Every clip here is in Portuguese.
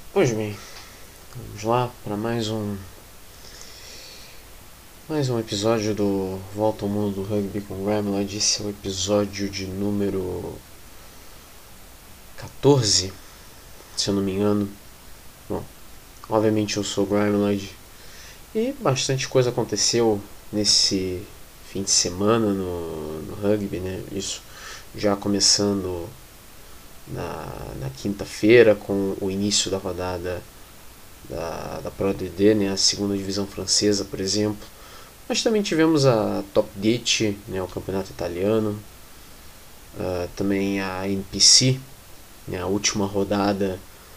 Pois bem, vamos lá para mais um episódio do Volta ao Mundo do Rugby com Gramlord. Esse é o episódio de número 14, se eu não me engano. Bom, obviamente eu sou o Gramlord e bastante coisa aconteceu nesse fim de semana no rugby, né? Isso já começando na quinta-feira com o início da rodada da Pro D, né, a segunda divisão francesa, por exemplo. Mas também tivemos a Top 10, né, o campeonato italiano, também a NPC, né, a última rodada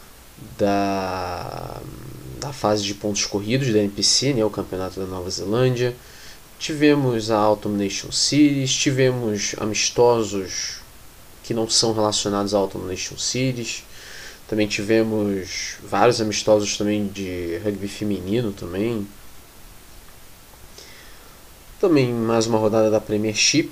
da, da fase de pontos corridos da NPC, né, o campeonato da Nova Zelândia. Tivemos a Autumn Nation Series, tivemos amistosos que não são relacionados à Autumn Nation Series. Também tivemos vários amistosos também de rugby feminino também. Também mais uma rodada da Premiership.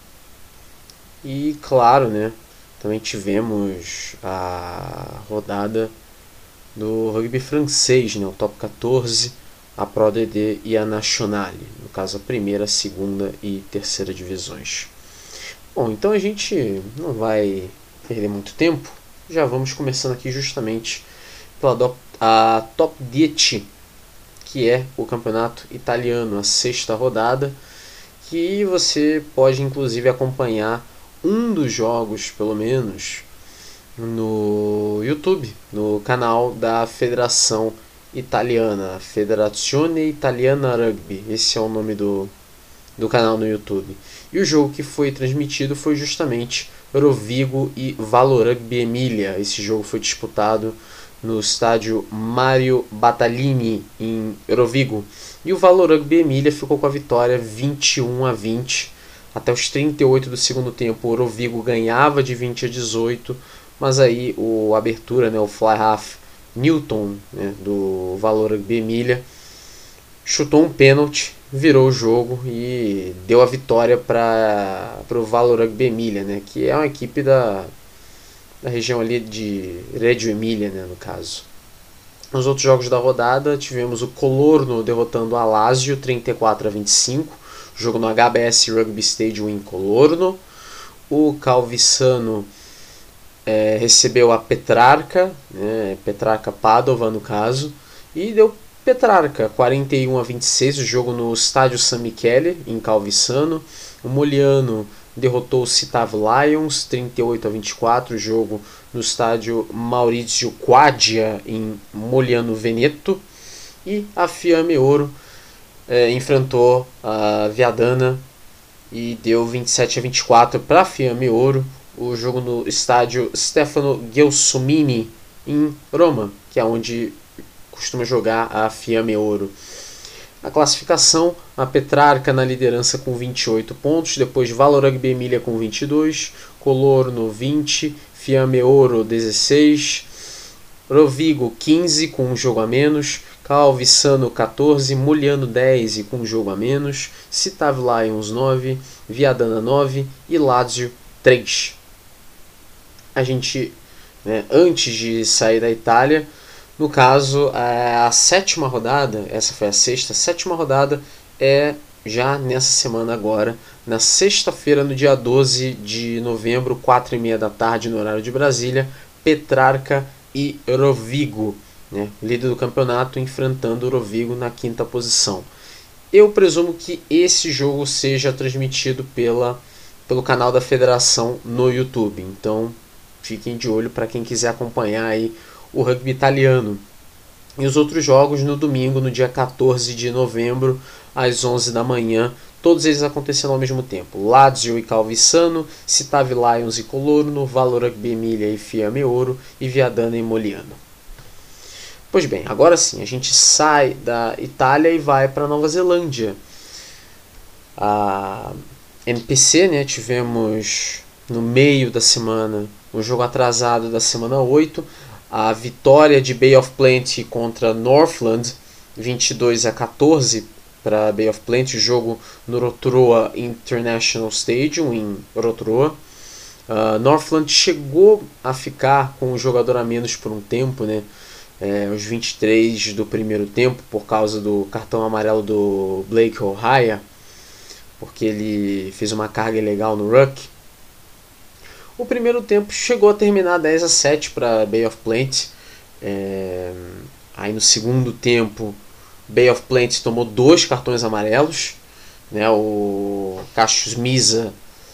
E claro, né, também tivemos a rodada do rugby francês, né, o Top 14, a Pro DD e a Nationale, no caso a primeira, segunda e terceira divisões. Bom, então a gente não vai perder muito tempo, já vamos começando aqui justamente pela a Top 10, que é o campeonato italiano, a sexta rodada, que você pode inclusive acompanhar um dos jogos, pelo menos, no YouTube, no canal da Federação Italiana, Federazione Italiana Rugby. Esse é o nome do canal no YouTube. E o jogo que foi transmitido foi justamente Rovigo e Valo Rugby Emilia. Esse jogo foi disputado no estádio Mario Battaglini em Rovigo. E o Valo Rugby Emilia ficou com a vitória 21-20. Até os 38 do segundo tempo, o Rovigo ganhava de 20-18, mas aí o abertura, né, o fly half Newton, né, do Valo Rugby Emilia, chutou um pênalti, virou o jogo e deu a vitória para o Valo Rugby Emilia, né, que é uma equipe da região ali de Reggio Emilia, né, no caso. Nos outros jogos da rodada, tivemos o Colorno derrotando a Lazio 34-25, jogo no HBS Rugby Stadium em Colorno. O Calvissano recebeu a Petrarca, né, Petrarca Padova no caso, e deu Petrarca 41-26, o jogo no estádio San Michele em Calvissano. O Moliano derrotou o Citav Lions 38-24, jogo no estádio Maurizio Quaddia em Moliano Veneto. E a Fiamme Ouro enfrentou a Viadana e deu 27-24 para a Fiamme Ouro, o jogo no estádio Stefano Gelsomini em Roma, que é onde costuma jogar a Fiamme Ouro. Na classificação, a Petrarca na liderança com 28 pontos, depois Valo Rugby Emilia com 22, Colorno 20, Fiamme Ouro 16, Rovigo 15 com um jogo a menos, Calvissano 14, Moliano 10 e com um jogo a menos, Citav Lions 9, Viadana 9 e Lazio 3. A gente, né, antes de sair da Itália, no caso, a sétima rodada, essa foi a sexta, a sétima rodada é já nessa semana agora, na sexta-feira, no dia 12 de novembro, 4h30 da tarde, no horário de Brasília, Petrarca e Rovigo, né, líder do campeonato, enfrentando o Rovigo na quinta posição. Eu presumo que esse jogo seja transmitido pelo canal da federação no YouTube, então fiquem de olho para quem quiser acompanhar aí o rugby italiano. E os outros jogos no domingo, no dia 14 de novembro, às 11 da manhã, todos eles acontecendo ao mesmo tempo. Lazio e Calvissano, Citav Lions e Colorno, Valo Rugby Emilia e Fiamme Ouro e Viadana e Moliano. Pois bem, agora sim, a gente sai da Itália e vai para Nova Zelândia. A NPC, né, tivemos no meio da semana, um jogo atrasado da semana 8, a vitória de Bay of Plenty contra Northland, 22-14 para Bay of Plenty, jogo no Rotorua International Stadium em Rotorua. Northland chegou a ficar com um jogador a menos por um tempo, né? os 23 do primeiro tempo, por causa do cartão amarelo do Blake O'Hara, porque ele fez uma carga ilegal no ruck. O primeiro tempo chegou a terminar 10-7 para Bay of Plenty. Aí no segundo tempo, Bay of Plenty tomou 2 cartões amarelos, né? O Cassius Misa,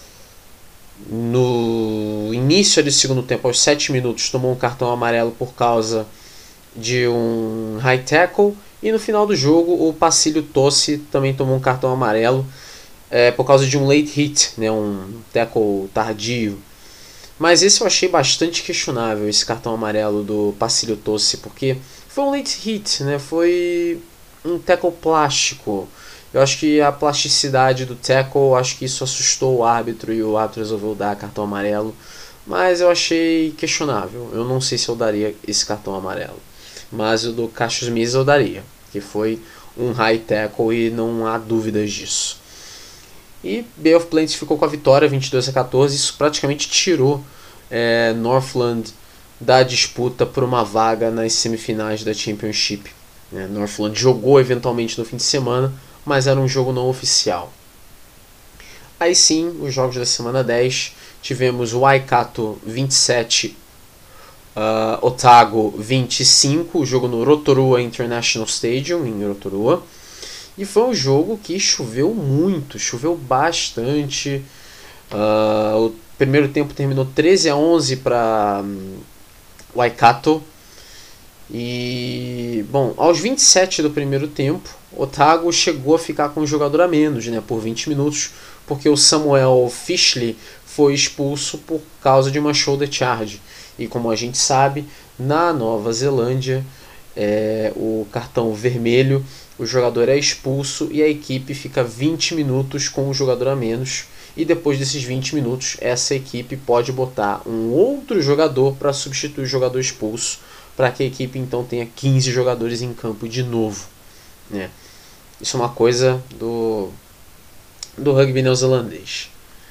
no início do segundo tempo, aos 7 minutos, tomou um cartão amarelo por causa de um high tackle, e no final do jogo o Pacílio Tossi também tomou um cartão amarelo por causa de um late hit, né? Um tackle tardio. Mas esse eu achei bastante questionável, esse cartão amarelo do Pacílio Tossi, porque foi um late hit, né? Foi um tackle plástico. Eu acho que a plasticidade do tackle, acho que isso assustou o árbitro e o árbitro resolveu dar cartão amarelo. Mas eu achei questionável. Eu não sei se eu daria esse cartão amarelo. Mas o do Cassius Misa eu daria, que foi um high tackle e não há dúvidas disso. E Bay of Plenty ficou com a vitória 22-14. Isso praticamente tirou Northland da disputa por uma vaga nas semifinais da Championship. Northland jogou eventualmente no fim de semana, mas era um jogo não oficial. Aí sim, os jogos da semana 10, tivemos Waikato 27, Otago 25, o jogo no Rotorua International Stadium, em Rotorua. E foi um jogo que choveu muito, choveu bastante. O primeiro tempo terminou 13-11 para Waikato. E, bom, aos 27 do primeiro tempo, Otago chegou a ficar com um jogador a menos, né, por 20 minutos, porque o Samuel Fishley foi expulso por causa de uma shoulder charge. E como a gente sabe, na Nova Zelândia, o cartão vermelho, o jogador é expulso e a equipe fica 20 minutos com o jogador a menos. E depois desses 20 minutos, essa equipe pode botar um outro jogador para substituir o jogador expulso, para que a equipe então tenha 15 jogadores em campo de novo, né? Isso é uma coisa do rugby neozelandês.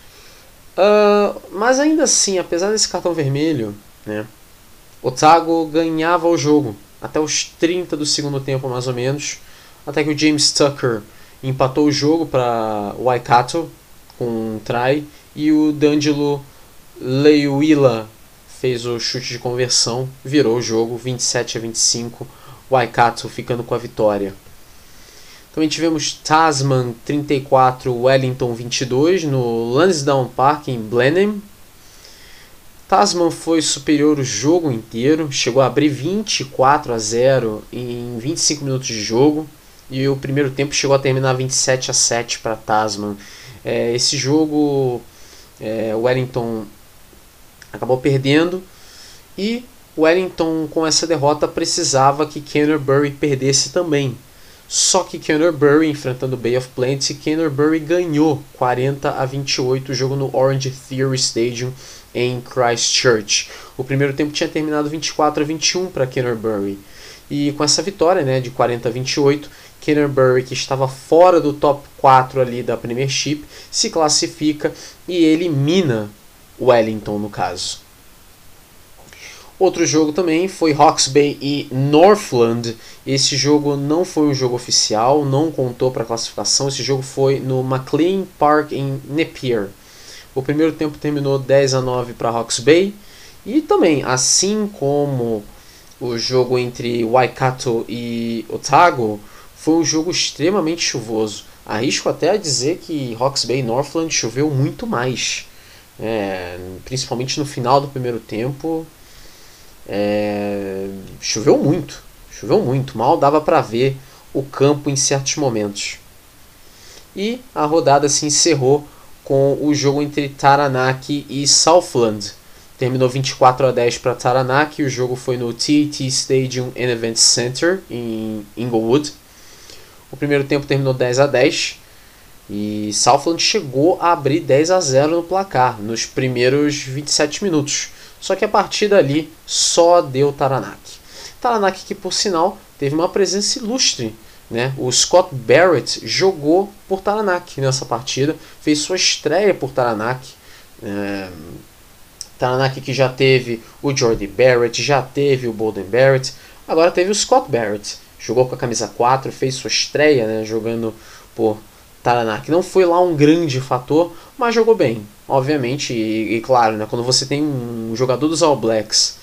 Mas ainda assim, apesar desse cartão vermelho, né, Otago ganhava o jogo até os 30 do segundo tempo, mais ou menos, até que o James Tucker empatou o jogo para o Waikato com um try, e o D'Angelo Leiuila fez o chute de conversão, virou o jogo 27-25, Waikato ficando com a vitória. Também tivemos Tasman 34, Wellington 22 no Lansdowne Park em Blenheim. Tasman foi superior o jogo inteiro, chegou a abrir 24-0 em 25 minutos de jogo, e o primeiro tempo chegou a terminar 27-7 para Tasman. Esse jogo, Wellington acabou perdendo, e Wellington, com essa derrota, precisava que Canterbury perdesse também. Só que Canterbury, enfrentando Bay of Plenty, Canterbury ganhou 40-28 o jogo no Orange Theory Stadium em Christchurch. O primeiro tempo tinha terminado 24-21 para Canterbury. E com essa vitória, né, de 40-28, Canterbury, que estava fora do top 4 ali da Premiership, se classifica e elimina Wellington, no caso. Outro jogo também foi Hawke's Bay e Northland. Esse jogo não foi um jogo oficial, não contou para a classificação. Esse jogo foi no McLean Park em Napier. O primeiro tempo terminou 10-9 para Hawke's Bay. E também, assim como o jogo entre Waikato e Otago, foi um jogo extremamente chuvoso. Arrisco até a dizer que Hawke's Bay e Northland choveu muito mais. Principalmente no final do primeiro tempo. Choveu muito, mal dava para ver o campo em certos momentos. E a rodada se encerrou com o jogo entre Taranaki e Southland. Terminou 24-10 para Taranaki. O jogo foi no TET Stadium and Event Center em Inglewood. O primeiro tempo terminou 10-10 e Southland chegou a abrir 10-0 no placar nos primeiros 27 minutos. Só que a partir dali só deu Taranaki. Taranaki, que por sinal teve uma presença ilustre, né? O Scott Barrett jogou por Taranaki nessa partida, fez sua estreia por Taranaki. Taranaki, que já teve o Jordy Barrett, já teve o Bolden Barrett, Agora teve o Scott Barrett, jogou com a camisa 4, fez sua estreia, né, jogando por Taranaki. Não foi lá um grande fator, mas jogou bem, obviamente. E claro, né, quando você tem um jogador dos All Blacks,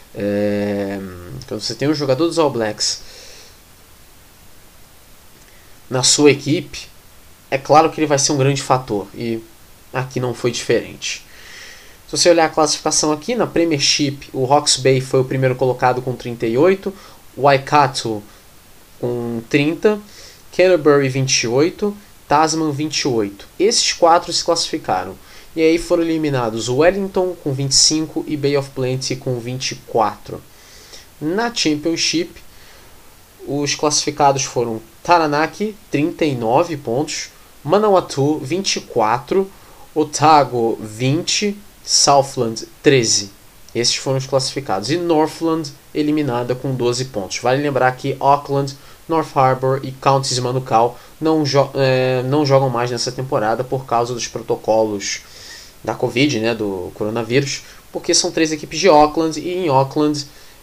na sua equipe, é claro que ele vai ser um grande fator. E aqui não foi diferente. Se você olhar a classificação aqui, na Premiership, o Hawke's Bay foi o primeiro colocado com 38, Waikato com 30, Canterbury 28, Tasman 28. Esses 4 se classificaram. E aí foram eliminados o Wellington com 25 e Bay of Plenty com 24. Na Championship, os classificados foram Taranaki, 39 pontos, Manawatu, 24, Otago, 20, Southland, 13. Esses foram os classificados. E Northland, eliminada com 12 pontos. Vale lembrar que Auckland, North Harbour e Counties Manukau não jogam mais nessa temporada por causa dos protocolos da Covid, né, do coronavírus, porque são 3 equipes de Auckland e em Auckland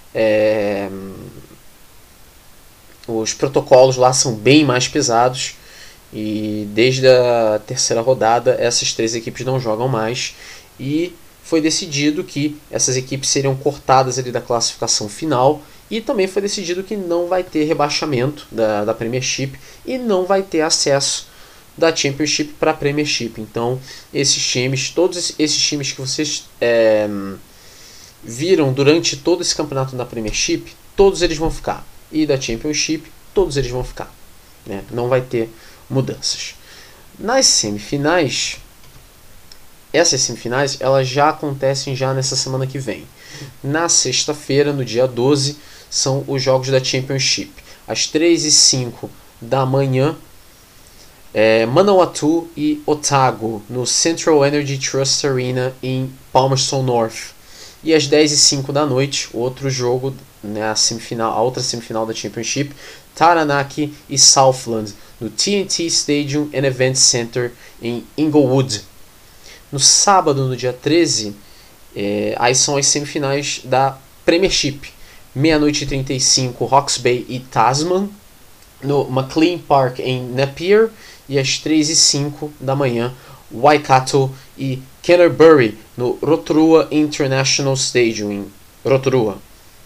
os protocolos lá são bem mais pesados e desde a terceira rodada essas 3 equipes não jogam mais e foi decidido que essas equipes seriam cortadas ali da classificação final e também foi decidido que não vai ter rebaixamento da Premiership e não vai ter acesso da Championship para a Premiership. Então esses times, todos esses times que vocês viram durante todo esse campeonato da Premiership, todos eles vão ficar. E da Championship, todos eles vão ficar, né? Não vai ter mudanças. Nas semifinais, essas semifinais elas já acontecem já nessa semana que vem. Na sexta-feira, no dia 12, são os jogos da Championship. Às 3h05 da manhã, Manawatu e Otago no Central Energy Trust Arena em Palmerston North. E às 10h05 da noite, outro jogo, né, a outra semifinal da Championship, Taranaki e Southland no TNT Stadium and Event Center em Inglewood. No sábado, no dia 13, aí são as semifinais da Premiership. 00h35, Hawke's Bay e Tasman no McLean Park em Napier. E às 3h05 da manhã, Waikato e Canterbury no Rotorua International Stadium em Rotorua.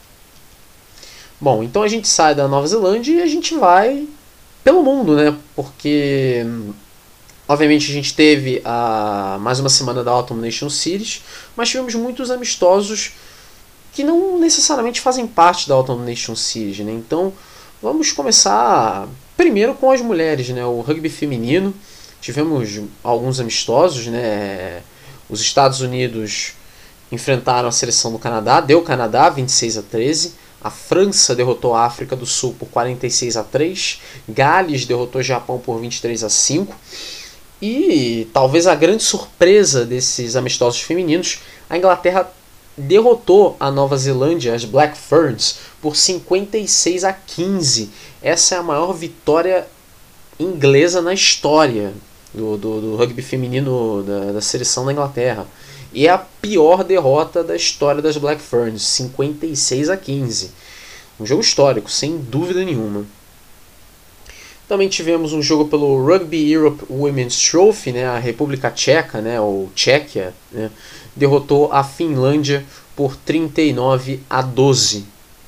Bom, então a gente sai da Nova Zelândia e a gente vai pelo mundo, né? Porque obviamente a gente teve mais uma semana da Autumn Nation Series, mas tivemos muitos amistosos que não necessariamente fazem parte da Autumn Nation Series, né? Então vamos começar primeiro com as mulheres, né? O rugby feminino. Tivemos alguns amistosos, né? Os Estados Unidos enfrentaram a seleção do Canadá, deu Canadá 26-13. A França derrotou a África do Sul por 46-3. Gales derrotou o Japão por 23-5. E talvez a grande surpresa desses amistosos femininos, a Inglaterra derrotou a Nova Zelândia, as Black Ferns, por 56-15. Essa é a maior vitória inglesa na história do rugby feminino da seleção da Inglaterra. E é a pior derrota da história das Black Ferns, 56-15. Um jogo histórico, sem dúvida nenhuma. Também tivemos um jogo pelo Rugby Europe Women's Trophy, né? A República Tcheca, né? Ou Tchequia, né? Derrotou a Finlândia por 39-12.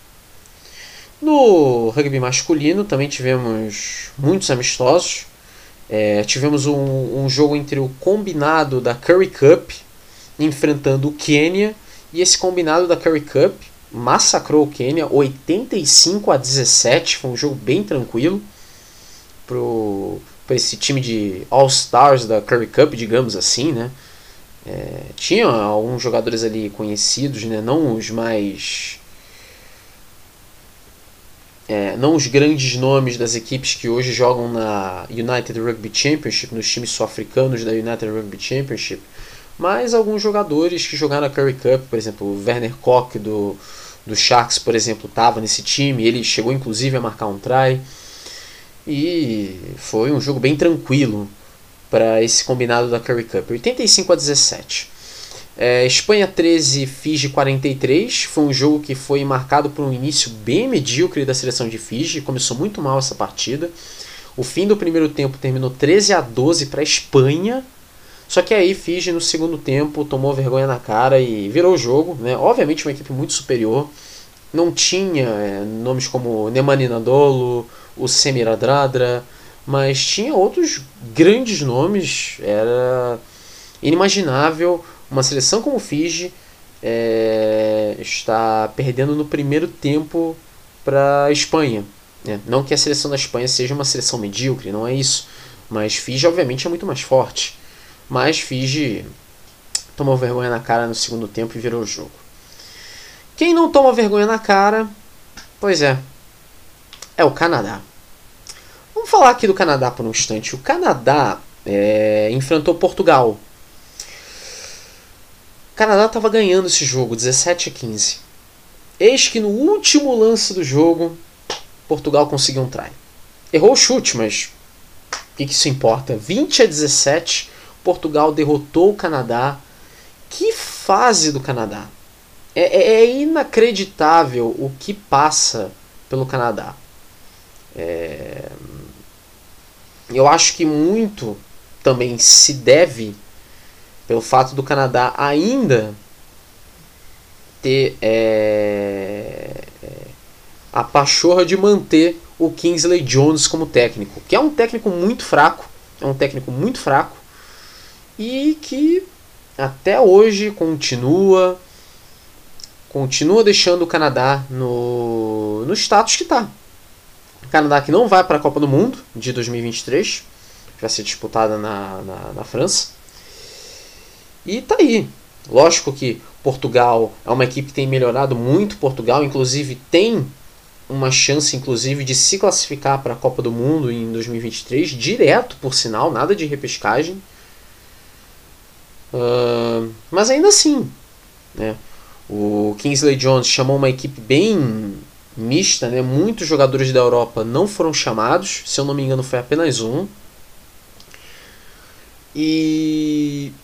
No rugby masculino também tivemos muitos amistosos. Tivemos um jogo entre o combinado da Currie Cup enfrentando o Quênia, e esse combinado da Currie Cup massacrou o Quênia 85-17. Foi um jogo bem tranquilo para esse time de All-Stars da Currie Cup, digamos assim, né? Tinha alguns jogadores ali conhecidos, né? Não os mais não os grandes nomes das equipes que hoje jogam na United Rugby Championship, nos times sul-africanos da United Rugby Championship, mas alguns jogadores que jogaram na Currie Cup, por exemplo, o Werner Koch do Sharks, por exemplo, estava nesse time, ele chegou inclusive a marcar um try, e foi um jogo bem tranquilo para esse combinado da Currie Cup, 85-17. Espanha 13, Fiji 43. Foi um jogo que foi marcado por um início bem medíocre da seleção de Fiji. Começou muito mal essa partida. O fim do primeiro tempo terminou 13-12 para a Espanha. Só que aí Fiji no segundo tempo tomou vergonha na cara e virou o jogo, né? Obviamente uma equipe muito superior. Não tinha nomes como Nemanja Nadolo, o Semir Adradra, mas tinha outros grandes nomes. Era inimaginável uma seleção como Fiji está perdendo no primeiro tempo para a Espanha. Não que a seleção da Espanha seja uma seleção medíocre, não é isso. Mas Fiji obviamente é muito mais forte. Mas Fiji tomou vergonha na cara no segundo tempo e virou o jogo. Quem não toma vergonha na cara, pois é o Canadá. Vamos falar aqui do Canadá por um instante. O Canadá enfrentou Portugal. O Canadá estava ganhando esse jogo, 17-15. Eis que no último lance do jogo, Portugal conseguiu um try. Errou o chute, mas o que isso importa? 20-17, Portugal derrotou o Canadá. Que fase do Canadá! É inacreditável o que passa pelo Canadá. Eu acho que muito também se deve pelo fato do Canadá ainda ter a pachorra de manter o Kingsley Jones como técnico, que é um técnico muito fraco, e que até hoje continua deixando o Canadá no status que está. O Canadá que não vai para a Copa do Mundo de 2023, que vai ser disputada na França. E tá aí. Lógico que Portugal é uma equipe que tem melhorado muito. Portugal, inclusive, tem uma chance de se classificar para a Copa do Mundo em 2023, direto, por sinal, nada de repescagem. Mas ainda assim, né? O Kingsley Jones chamou uma equipe bem mista, né? Muitos jogadores da Europa não foram chamados, se eu não me engano foi apenas um. E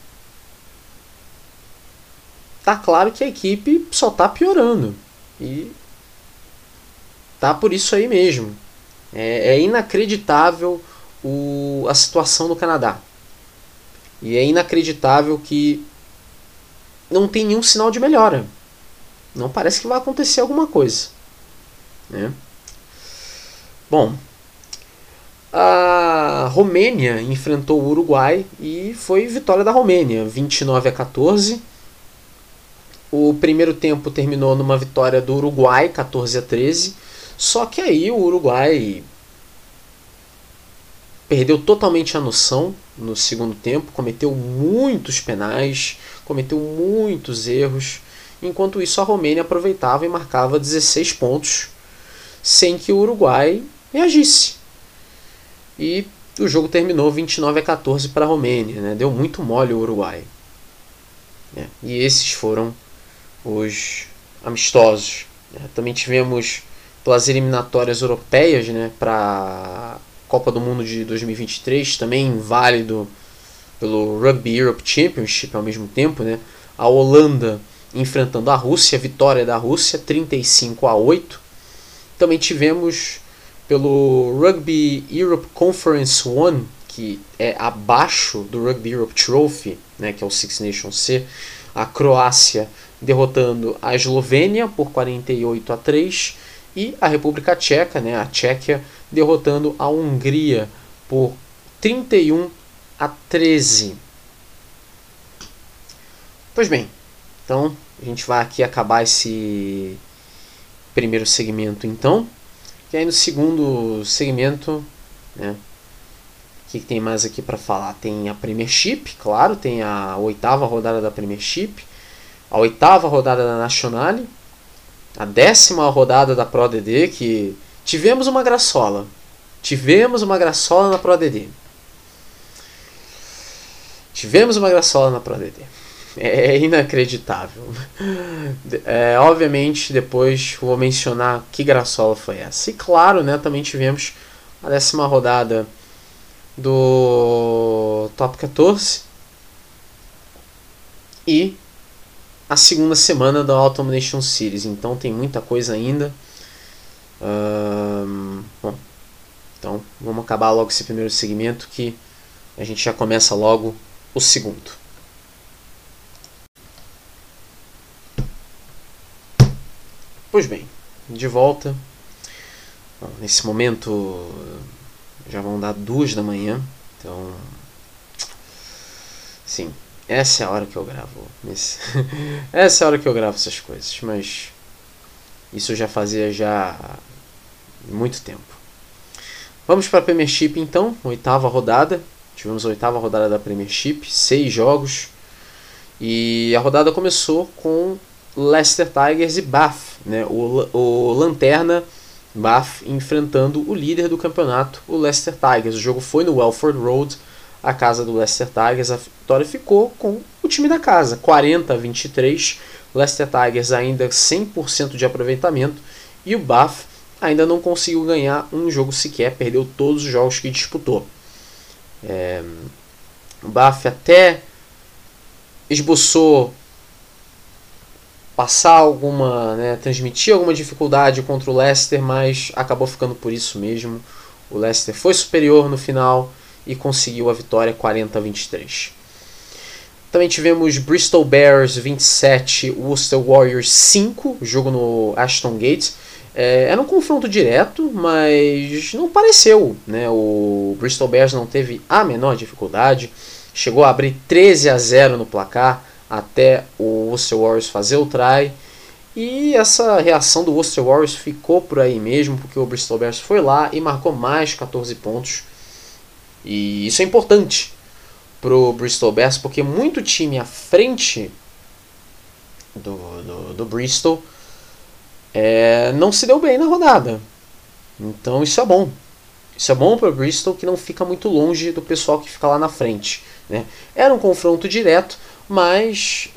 tá claro que a equipe só tá piorando. E tá por isso aí mesmo. É inacreditável a situação do Canadá. E é inacreditável que não tem nenhum sinal de melhora. Não parece que vai acontecer alguma coisa, né? Bom, a Romênia enfrentou o Uruguai e foi vitória da Romênia, 29-14. O primeiro tempo terminou numa vitória do Uruguai, 14-13. Só que aí o Uruguai perdeu totalmente a noção no segundo tempo, cometeu muitos penais, cometeu muitos erros. Enquanto isso, a Romênia aproveitava e marcava 16 pontos sem que o Uruguai reagisse. E o jogo terminou 29-14 para a Romênia, né? Deu muito mole o Uruguai. E esses foram os amistosos. Também tivemos pelas eliminatórias europeias, né, para a Copa do Mundo de 2023, também válido pelo Rugby Europe Championship ao mesmo tempo, né? A Holanda enfrentando a Rússia, vitória da Rússia, 35-8. Também tivemos pelo Rugby Europe Conference 1, que é abaixo do Rugby Europe Trophy, né, que é o Six Nations C, a Croácia derrotando a Eslovênia por 48-3 e a República Tcheca, né, a Tchequia, derrotando a Hungria por 31-13. Pois bem, então a gente vai aqui acabar esse primeiro segmento então. E aí no segundo segmento, né, o que tem mais aqui para falar? Tem a Premiership, claro, tem a 8ª rodada da Premiership, a 8ª rodada da Nationale, a 10ª rodada da Pro ADD, que tivemos uma graçola na Pro ADD. É inacreditável. Obviamente, depois vou mencionar que graçola foi essa. E claro, né, também tivemos a 10ª rodada do Top 14 e a segunda semana da Autumn Nation Series, então tem muita coisa ainda. Bom, então vamos acabar logo esse primeiro segmento que a gente já começa logo o segundo. Pois bem, de volta. Bom, nesse momento já vão dar 2 da manhã, então sim, essa é a hora que eu gravo. Essa é a hora que eu gravo essas coisas, mas isso eu já fazia já há muito tempo. Vamos para a Premiership então, 8ª rodada. Tivemos a 8ª rodada da Premiership, 6 jogos. E a rodada começou com Leicester Tigers e Bath, né? O Lanterna Bath enfrentando o líder do campeonato, o Leicester Tigers. O jogo foi no Welford Road, a casa do Leicester Tigers. A vitória ficou com o time da casa, 40-23. Leicester Tigers ainda 100% de aproveitamento e o Bath ainda não conseguiu ganhar um jogo sequer, perdeu todos os jogos que disputou. O Bath até esboçou passar transmitir alguma dificuldade contra o Leicester, mas acabou ficando por isso mesmo. O Leicester foi superior no final e conseguiu a vitória 40-23. Também tivemos Bristol Bears 27, Worcester Warriors 5, jogo no Ashton Gate. Era um confronto direto, mas não pareceu, né? O Bristol Bears não teve a menor dificuldade, chegou a abrir 13-0 no placar até o Worcester Warriors fazer o try. E essa reação do Worcester Warriors ficou por aí mesmo, porque o Bristol Bears foi lá e marcou mais 14 pontos. E isso é importante pro Bristol Bears, porque muito time à frente do Bristol não se deu bem na rodada. Então isso é bom. Isso é bom para o Bristol, que não fica muito longe do pessoal que fica lá na frente, né? Era um confronto direto, mas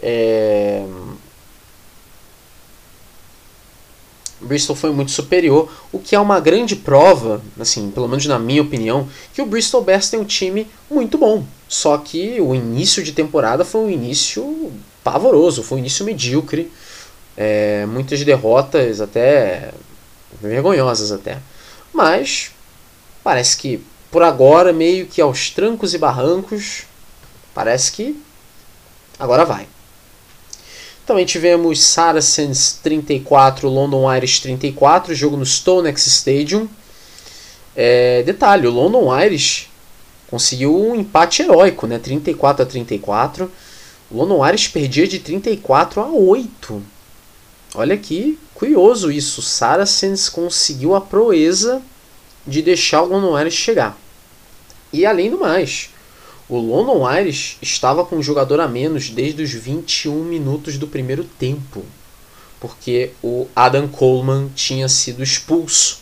Bristol foi muito superior, o que é uma grande prova, assim, pelo menos na minha opinião, que o Bristol Bears tem um time muito bom. Só que o início de temporada foi um início pavoroso, foi um início medíocre, muitas derrotas até vergonhosas até. Mas parece que por agora, meio que aos trancos e barrancos, parece que agora vai. Também tivemos Saracens 34, London Irish 34, jogo no Stonex Stadium. Detalhe, o London Irish conseguiu um empate heróico, né? 34-34. O London Irish perdia de 34-8. Olha que curioso isso. O Saracens conseguiu a proeza de deixar o London Irish chegar. E além do mais, o London Irish estava com um jogador a menos desde os 21 minutos do primeiro tempo, porque o Adam Coleman tinha sido expulso.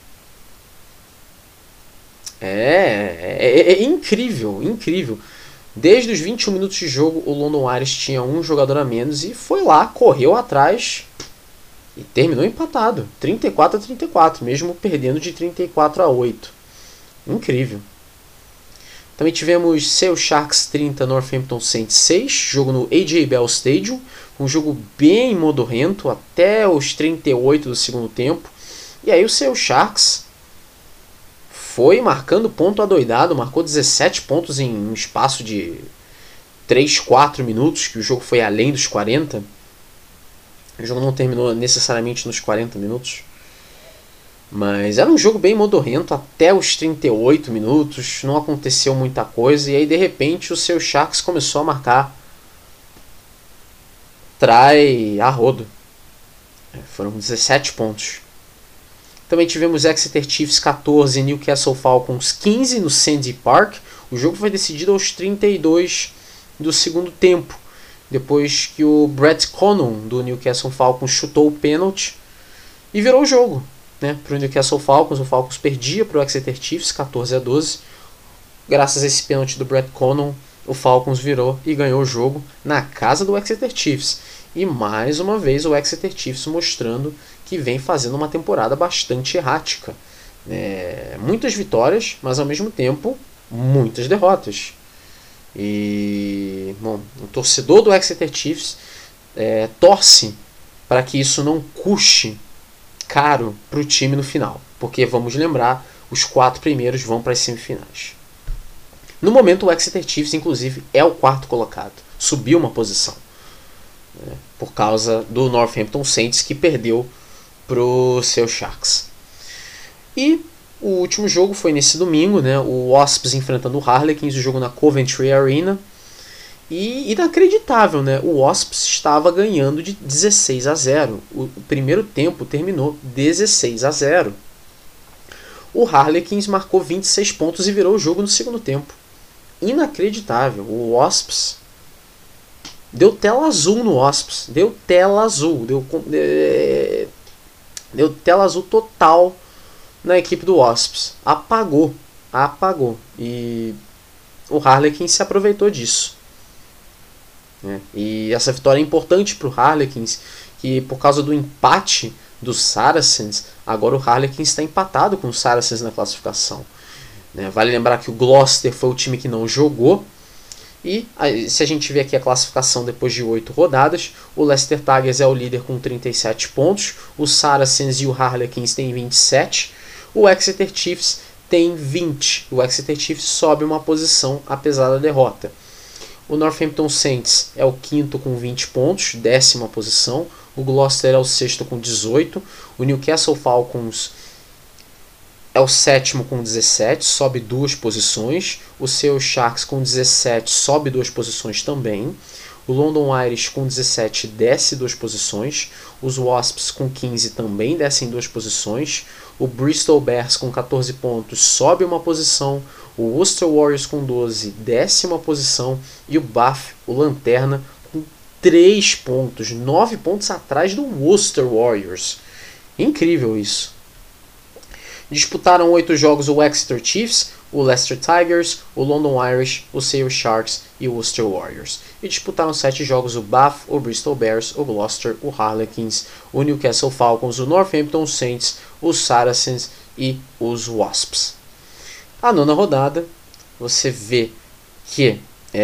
É incrível, incrível. Desde os 21 minutos de jogo, o London Irish tinha um jogador a menos e foi lá, correu atrás e terminou empatado, 34-34, mesmo perdendo de 34-8. Incrível. Também tivemos Sale Sharks 30, Northampton Saints 6, jogo no AJ Bell Stadium, um jogo bem modorrento até os 38 do segundo tempo. E aí o Sale Sharks foi marcando ponto adoidado, marcou 17 pontos em um espaço de 3, 4 minutos, que o jogo foi além dos 40. O jogo não terminou necessariamente nos 40 minutos. Mas era um jogo bem modorrento até os 38 minutos, não aconteceu muita coisa, e aí de repente o seu Sharks começou a marcar try a rodo. Foram 17 pontos. Também tivemos Exeter Chiefs 14, Newcastle Falcons 15 no Sandy Park. O jogo foi decidido aos 32 do segundo tempo, depois que o Brett Connon do Newcastle Falcons chutou o pênalti e virou o jogo. Para o Newcastle Falcons, o Falcons perdia para o Exeter Chiefs 14-12. Graças a esse pênalti do Brett Connon, o Falcons virou e ganhou o jogo na casa do Exeter Chiefs. E mais uma vez o Exeter Chiefs mostrando que vem fazendo uma temporada bastante errática. Muitas vitórias, mas ao mesmo tempo muitas derrotas. E bom, o torcedor do Exeter Chiefs torce para que isso não custe caro para o time no final, porque vamos lembrar, os 4 primeiros vão para as semifinais. No momento, o Exeter Chiefs, inclusive, é o 4º colocado, subiu uma posição, né, por causa do Northampton Saints, que perdeu para o seu Sharks. E o último jogo foi nesse domingo, né, o Wasps enfrentando o Harlequins, o jogo na Coventry Arena. E inacreditável, né? O Wasps estava ganhando de 16-0. O primeiro tempo terminou 16-0. O Harlequins marcou 26 pontos e virou o jogo no segundo tempo. Inacreditável. O Wasps deu tela azul no Wasps. Deu tela azul. Deu tela azul total na equipe do Wasps. Apagou. E o Harlequins se aproveitou disso. E essa vitória é importante para o Harlequins, que por causa do empate dos Saracens, agora o Harlequins está empatado com os Saracens na classificação. Vale lembrar que o Gloucester foi o time que não jogou. E se a gente ver aqui a classificação depois de 8 rodadas, o Leicester Tigers é o líder com 37 pontos, os Saracens e o Harlequins têm 27, o Exeter Chiefs tem 20. O Exeter Chiefs sobe uma posição apesar da derrota. O Northampton Saints é o 5º com 20 pontos, 10ª posição. O Gloucester é o 6º com 18. O Newcastle Falcons é o 7º com 17, sobe 2 posições. O seu Sharks com 17 sobe 2 posições também. O London Irish com 17 desce 2 posições. Os Wasps com 15 também descem 2 posições. O Bristol Bears com 14 pontos sobe uma posição. O Worcester Warriors com 12 desce uma posição. E o Bath, o Lanterna, com 3 pontos, 9 pontos atrás do Worcester Warriors. Incrível isso. Disputaram 8 jogos o Exeter Chiefs, o Leicester Tigers, o London Irish, o Sale Sharks e o Worcester Warriors. E disputaram 7 jogos o Bath, o Bristol Bears, o Gloucester, o Harlequins, o Newcastle Falcons, o Northampton Saints, os Saracens e os Wasps. A 9ª rodada, você vê que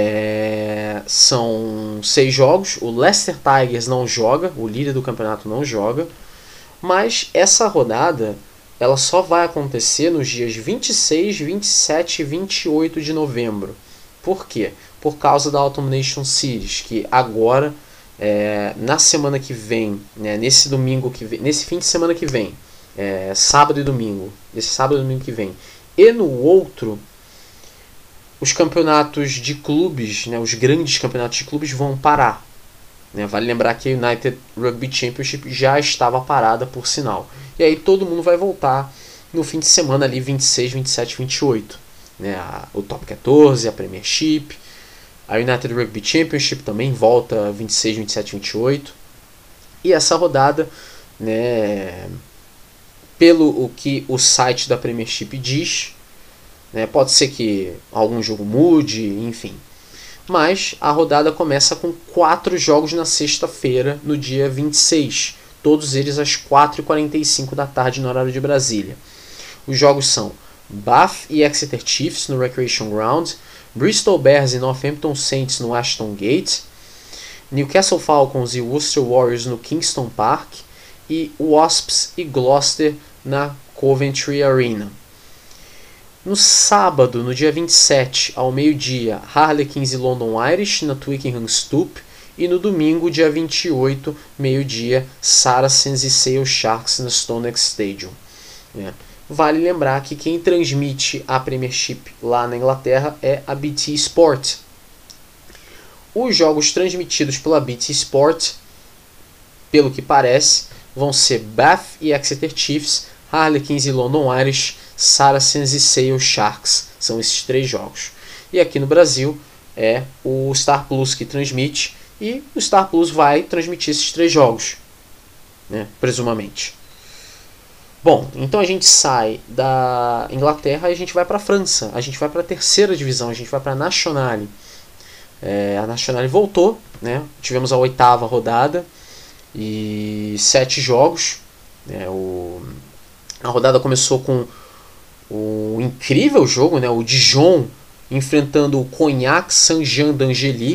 são 6 jogos. O Leicester Tigers não joga, o líder do campeonato não joga. Mas essa rodada ela só vai acontecer nos dias 26, 27 e 28 de novembro. Por quê? Por causa da Autumn Nation Series, que agora, na semana que vem, nesse domingo que vem, nesse fim de semana que vem, sábado e domingo, esse sábado e domingo que vem, e no outro, os campeonatos de clubes, os grandes campeonatos de clubes vão parar. Vale lembrar que a United Rugby Championship já estava parada, por sinal. E aí todo mundo vai voltar no fim de semana ali, 26, 27, 28. O Top 14, a Premiership, a United Rugby Championship também volta 26, 27, 28. E essa rodada, pelo o que o site da Premiership diz, pode ser que algum jogo mude, enfim. Mas a rodada começa com 4 jogos na sexta-feira, no dia 26. Todos eles às 4h45 da tarde no horário de Brasília. Os jogos são Bath e Exeter Chiefs no Recreation Ground, Bristol Bears e Northampton Saints no Ashton Gate, Newcastle Falcons e Worcester Warriors no Kingston Park e Wasps e Gloucester na Coventry Arena. No sábado, no dia 27, ao meio-dia, Harlequins e London Irish na Twickenham Stoop. E no domingo, dia 28, meio-dia, Saracens e Sale Sharks no Stonex Stadium. Vale lembrar que quem transmite a Premiership lá na Inglaterra é a BT Sport. Os jogos transmitidos pela BT Sport, pelo que parece, vão ser Bath e Exeter Chiefs, Harlequins e London Irish, Saracens e Sale Sharks. São esses 3 jogos. E aqui no Brasil é o Star Plus que transmite, e o Star Plus vai transmitir esses 3 jogos, presumamente. Bom, então a gente sai da Inglaterra e a gente vai para a França. A gente vai para a 3ª divisão, a gente vai para a Nationale. A Nationale voltou, tivemos a 8ª rodada e 7 jogos. A rodada começou com o incrível jogo, o Dijon enfrentando o Cognac Saint-Jean d'Angely,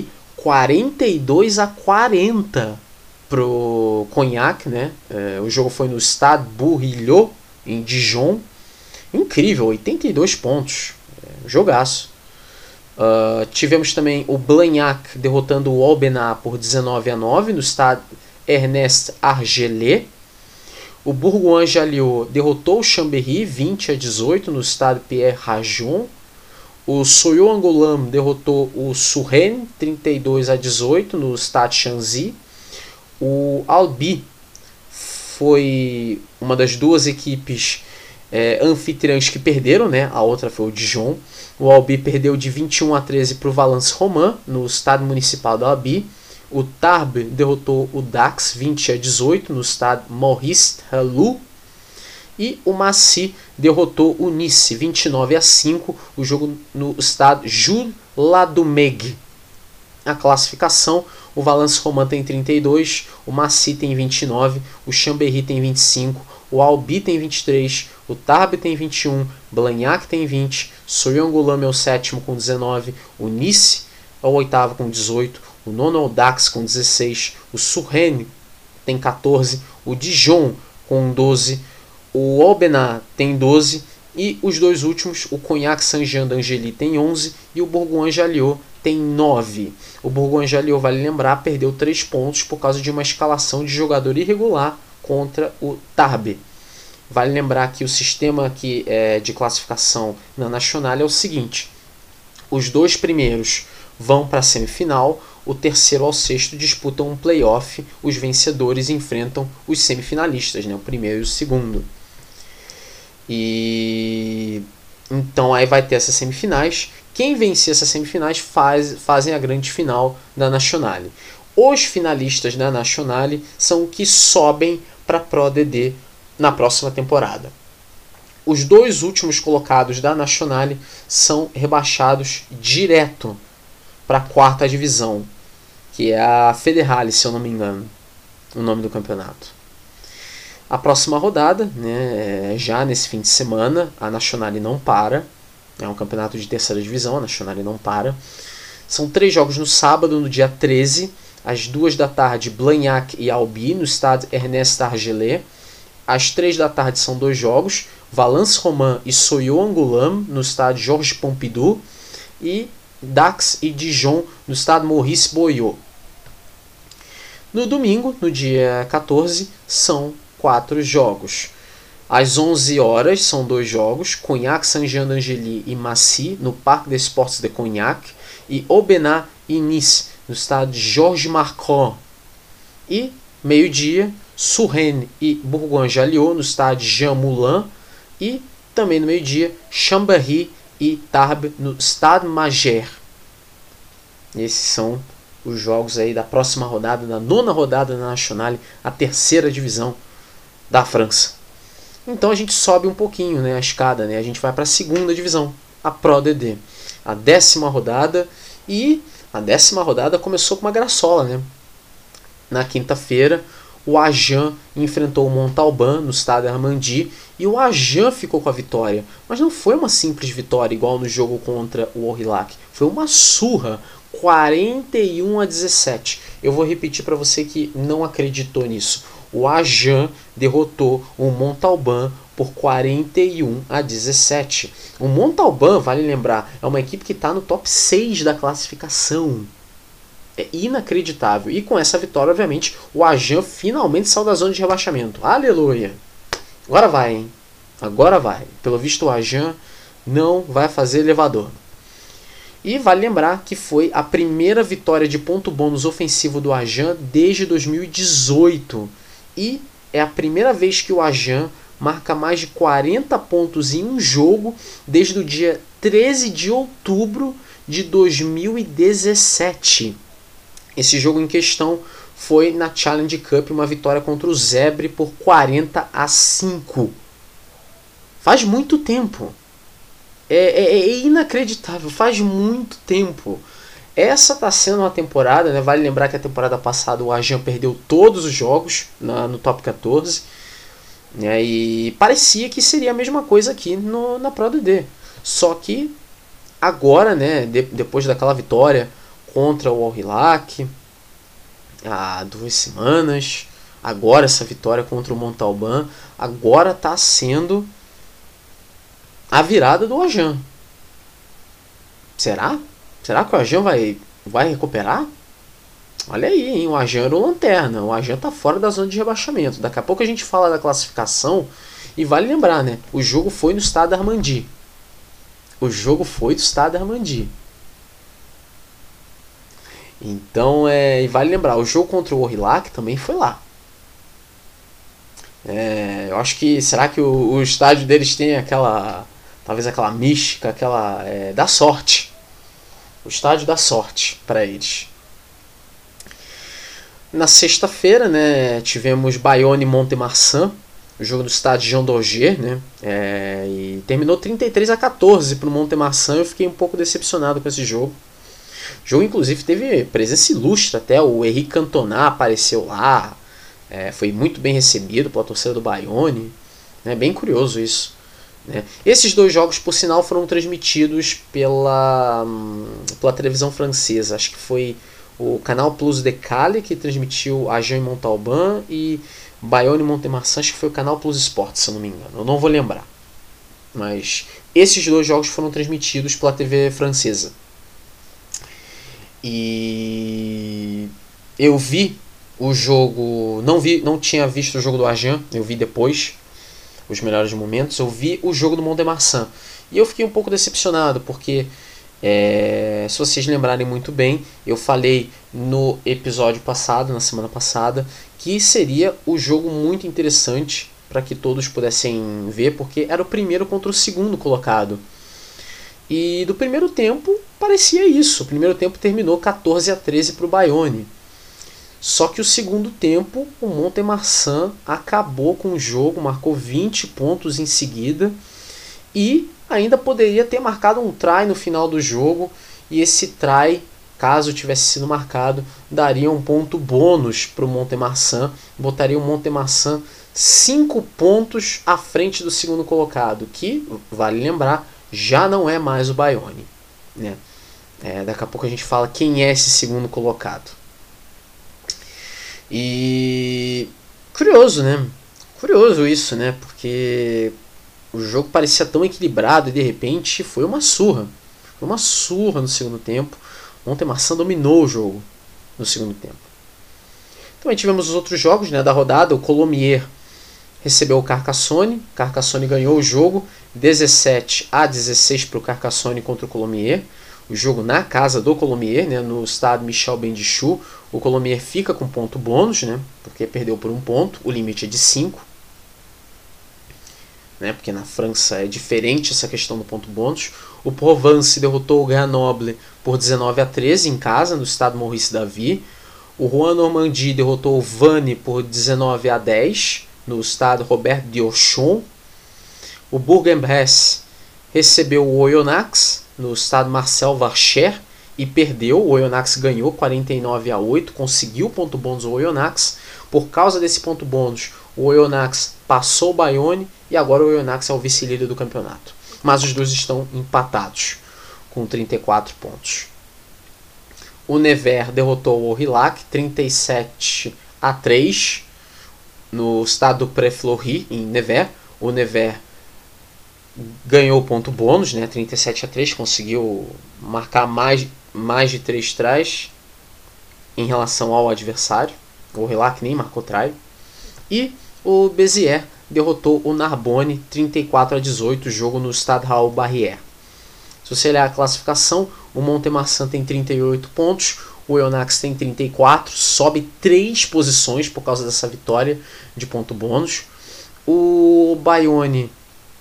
42-40 pro Cognac, né? O jogo foi no Stade Bourillot, em Dijon. Incrível, 82 pontos. Jogaço. Tivemos também o Blagnac derrotando o Aubenas por 19-9 no Stade Ernest Argelet. O Bourgoin-Jallieu derrotou o Chambéry 20-18 no Stade Pierre Rajon. O Soyo-Angoulême derrotou o Suresnes 32-18 no Stade Chanzy. O Albi foi uma das duas equipes anfitriãs que perderam, né? A outra foi o Dijon. O Albi perdeu de 21-13 para o Valence Romain no Stade Municipal do Albi. O Tarbes derrotou o Dax 20-18 no Stade Maurice Hallou. E o Massy derrotou o Nice 29-5, o jogo no Stade Jules Ladoumègue. A classificação: o Valence Romain tem 32, o Massy tem 29, o Chambéry tem 25, o Albi tem 23, o Tarbes tem 21, Blagnac tem 20, Soyo-Angoulême é o sétimo com 19, o Nice é o oitavo com 18, o nono é o Dax com 16, o Suresnes tem 14, o Dijon com 12, o Aubenas tem 12 e os dois últimos, o Cognac Saint-Jean d'Angely tem 11 e o Bourgoin-Jallieu tem 9. O Bourgoin-Jallieu, vale lembrar, perdeu 3 pontos por causa de uma escalação de jogador irregular contra o Tarbes. Vale lembrar que o sistema aqui de classificação na Nacional é o seguinte: os dois primeiros vão para a semifinal, o terceiro ao sexto disputam um playoff, os vencedores enfrentam os semifinalistas, né, o primeiro e o segundo. E então aí vai ter essas semifinais. Quem vencer essas semifinais fazem a grande final da Nacional. Os finalistas da Nacional são os que sobem para a Pro D2 na próxima temporada. Os dois últimos colocados da Nacional são rebaixados direto para a quarta divisão, que é a Federale, se eu não me engano, o nome do campeonato. A próxima rodada, né, já nesse fim de semana, a Nacional não para. É um campeonato de terceira divisão, a Nacional não para. São 3 jogos no sábado, no dia 13, às 2 da tarde, Blagnac e Albi, no Stade Ernest Argelet. Às 3 da tarde são 2 jogos, Valence Romain e Soyo-Angoulême, no Stade Georges Pompidou. E Dax e Dijon, no Stade Maurice Boyot. No domingo, no dia 14, são 4 jogos. Às 11 horas são 2 jogos, Cognac Saint-Jean d'Angely e Massy, no Parc des Sports de Cognac, e Aubenas e Nice, no Stade Georges Marcron. E, meio-dia, Suresnes e Bourgoin-Jallieu, no Stade Jean Moulin, e, também no meio-dia, Chambéry e Tarbes, no Stade Mager. Esses são os jogos aí da próxima rodada, da 9ª rodada da Nacional, a terceira divisão da França. Então a gente sobe um pouquinho, né, a escada, né? A gente vai para a 2ª divisão, a Pro D2. A 10ª rodada, e a 10ª rodada começou com uma graçola, né? Na quinta-feira, o Agen enfrentou o Montauban no Stade Armandie e o Agen ficou com a vitória. Mas não foi uma simples vitória igual no jogo contra o Aurillac. Foi uma surra, 41-17. Eu vou repetir para você que não acreditou nisso. O Agen derrotou o Montauban por 41-17. O Montauban, vale lembrar, é uma equipe que está no top 6 da classificação. É inacreditável. E com essa vitória, obviamente, o Agen finalmente saiu da zona de rebaixamento. Aleluia! Agora vai, hein? Agora vai. Pelo visto, o Agen não vai fazer elevador. E vale lembrar que foi a primeira vitória de ponto bônus ofensivo do Agen desde 2018. E é a primeira vez que o Agen marca mais de 40 pontos em um jogo desde o dia 13 de outubro de 2017. Esse jogo em questão foi na Challenge Cup, uma vitória contra o Zebre por 40-5. Faz muito tempo. É inacreditável, faz muito tempo. Essa está sendo uma temporada, né? Vale lembrar que a temporada passada o Agen perdeu todos os jogos no top 14. Né? E parecia que seria a mesma coisa aqui na Pro D2. Só que agora, né, depois daquela vitória contra o Al Hilal há 2 semanas. Agora essa vitória contra o Montalban. Agora está sendo a virada do Ajan. Será? Será que o Ajan vai recuperar? Olha aí, hein? O Ajan era o lanterna. O Ajan está fora da zona de rebaixamento. Daqui a pouco a gente fala da classificação. E vale lembrar, né? O jogo foi no Stade Armandie. O jogo foi do Stade Armandie. Então, e vale lembrar, o jogo contra o Al Hilal também foi lá. Eu acho que, será que o estádio deles tem aquela, talvez aquela mística, aquela, da sorte. O estádio da sorte para eles. Na sexta-feira, né, tivemos Bayonne e Mont-de-Marsan, o jogo do estádio Jean Daugé, né, e terminou 33-14 para o Mont-de-Marsan. Eu fiquei um pouco decepcionado com esse jogo. O jogo, inclusive, teve presença ilustre até. O Henrique Cantona apareceu lá. Foi muito bem recebido pela torcida do Bayonne. Bem curioso isso. Esses 2 jogos, por sinal, foram transmitidos pela televisão francesa. Acho que foi o Canal Plus Décalé que transmitiu Agen e Montalban, e Bayonne e Mont-de-Marsan, acho que foi o Canal Plus Sport, se eu não me engano. Eu não vou lembrar. Mas esses 2 jogos foram transmitidos pela TV francesa. E eu vi o jogo, não tinha visto o jogo do Agen, eu vi depois os melhores momentos. Eu vi o jogo do Mont-de-Marsan e eu fiquei um pouco decepcionado, porque se vocês lembrarem muito bem, eu falei no episódio passado, na semana passada, que seria o jogo muito interessante para que todos pudessem ver, porque era o primeiro contra o segundo colocado. E do primeiro tempo parecia isso. O primeiro tempo terminou 14-13 para o Bayonne. Só que o segundo tempo, o Mont-de-Marsan acabou com o jogo, marcou 20 pontos em seguida e ainda poderia ter marcado um try no final do jogo. E esse try, caso tivesse sido marcado, daria um ponto bônus para o Mont-de-Marsan, botaria o Mont-de-Marsan 5 pontos à frente do segundo colocado, que, vale lembrar, já não é mais o Bayonne, né? Daqui a pouco a gente fala quem é esse segundo colocado. E curioso, né? Curioso isso, né? Porque o jogo parecia tão equilibrado e de repente foi uma surra. Foi uma surra no segundo tempo. O Mont-de-Marsan dominou o jogo no segundo tempo. Também tivemos os outros jogos, né, da rodada. O Colomiers recebeu o Carcassonne. Carcassonne ganhou o jogo 17-16 para o Carcassonne contra o Colomiers. O jogo na casa do Colomiers, né, no Stade Michel Bendichou. O Colomiers fica com ponto bônus, né, porque perdeu por 1 ponto. O limite é de 5. Né, porque na França é diferente essa questão do ponto bônus. O Provence derrotou o Grenoble por 19-13 em casa, no Stade Maurice Davy. O Rouen Normandie derrotou o Vannes por 19-10 no Stade Robert d'Auchon. O Bourg-en-Bresse recebeu o Oyonnax no Stade Marcel Varcher e perdeu. O Oyonnax ganhou 49-8, conseguiu o ponto bônus o Oyonnax. Por causa desse ponto bônus, o Oyonnax passou o Bayonne e agora o Oyonnax é o vice-líder do campeonato. Mas os dois estão empatados com 34 pontos. O Nevers derrotou o Aurillac 37-3 no Stade du Pré-Fleury em Nevers. O Nevers ganhou o ponto bônus, né, 37-3, conseguiu marcar mais de 3 tries em relação ao adversário. O Aurillac nem marcou try. E o Béziers derrotou o Narbonne 34-18, jogo no Stade Raoul Barrière. Se você olhar a classificação, o Mont-de-Marsan tem 38 pontos, o Oyonnax tem 34, sobe 3 posições por causa dessa vitória de ponto bônus. O Bayonne,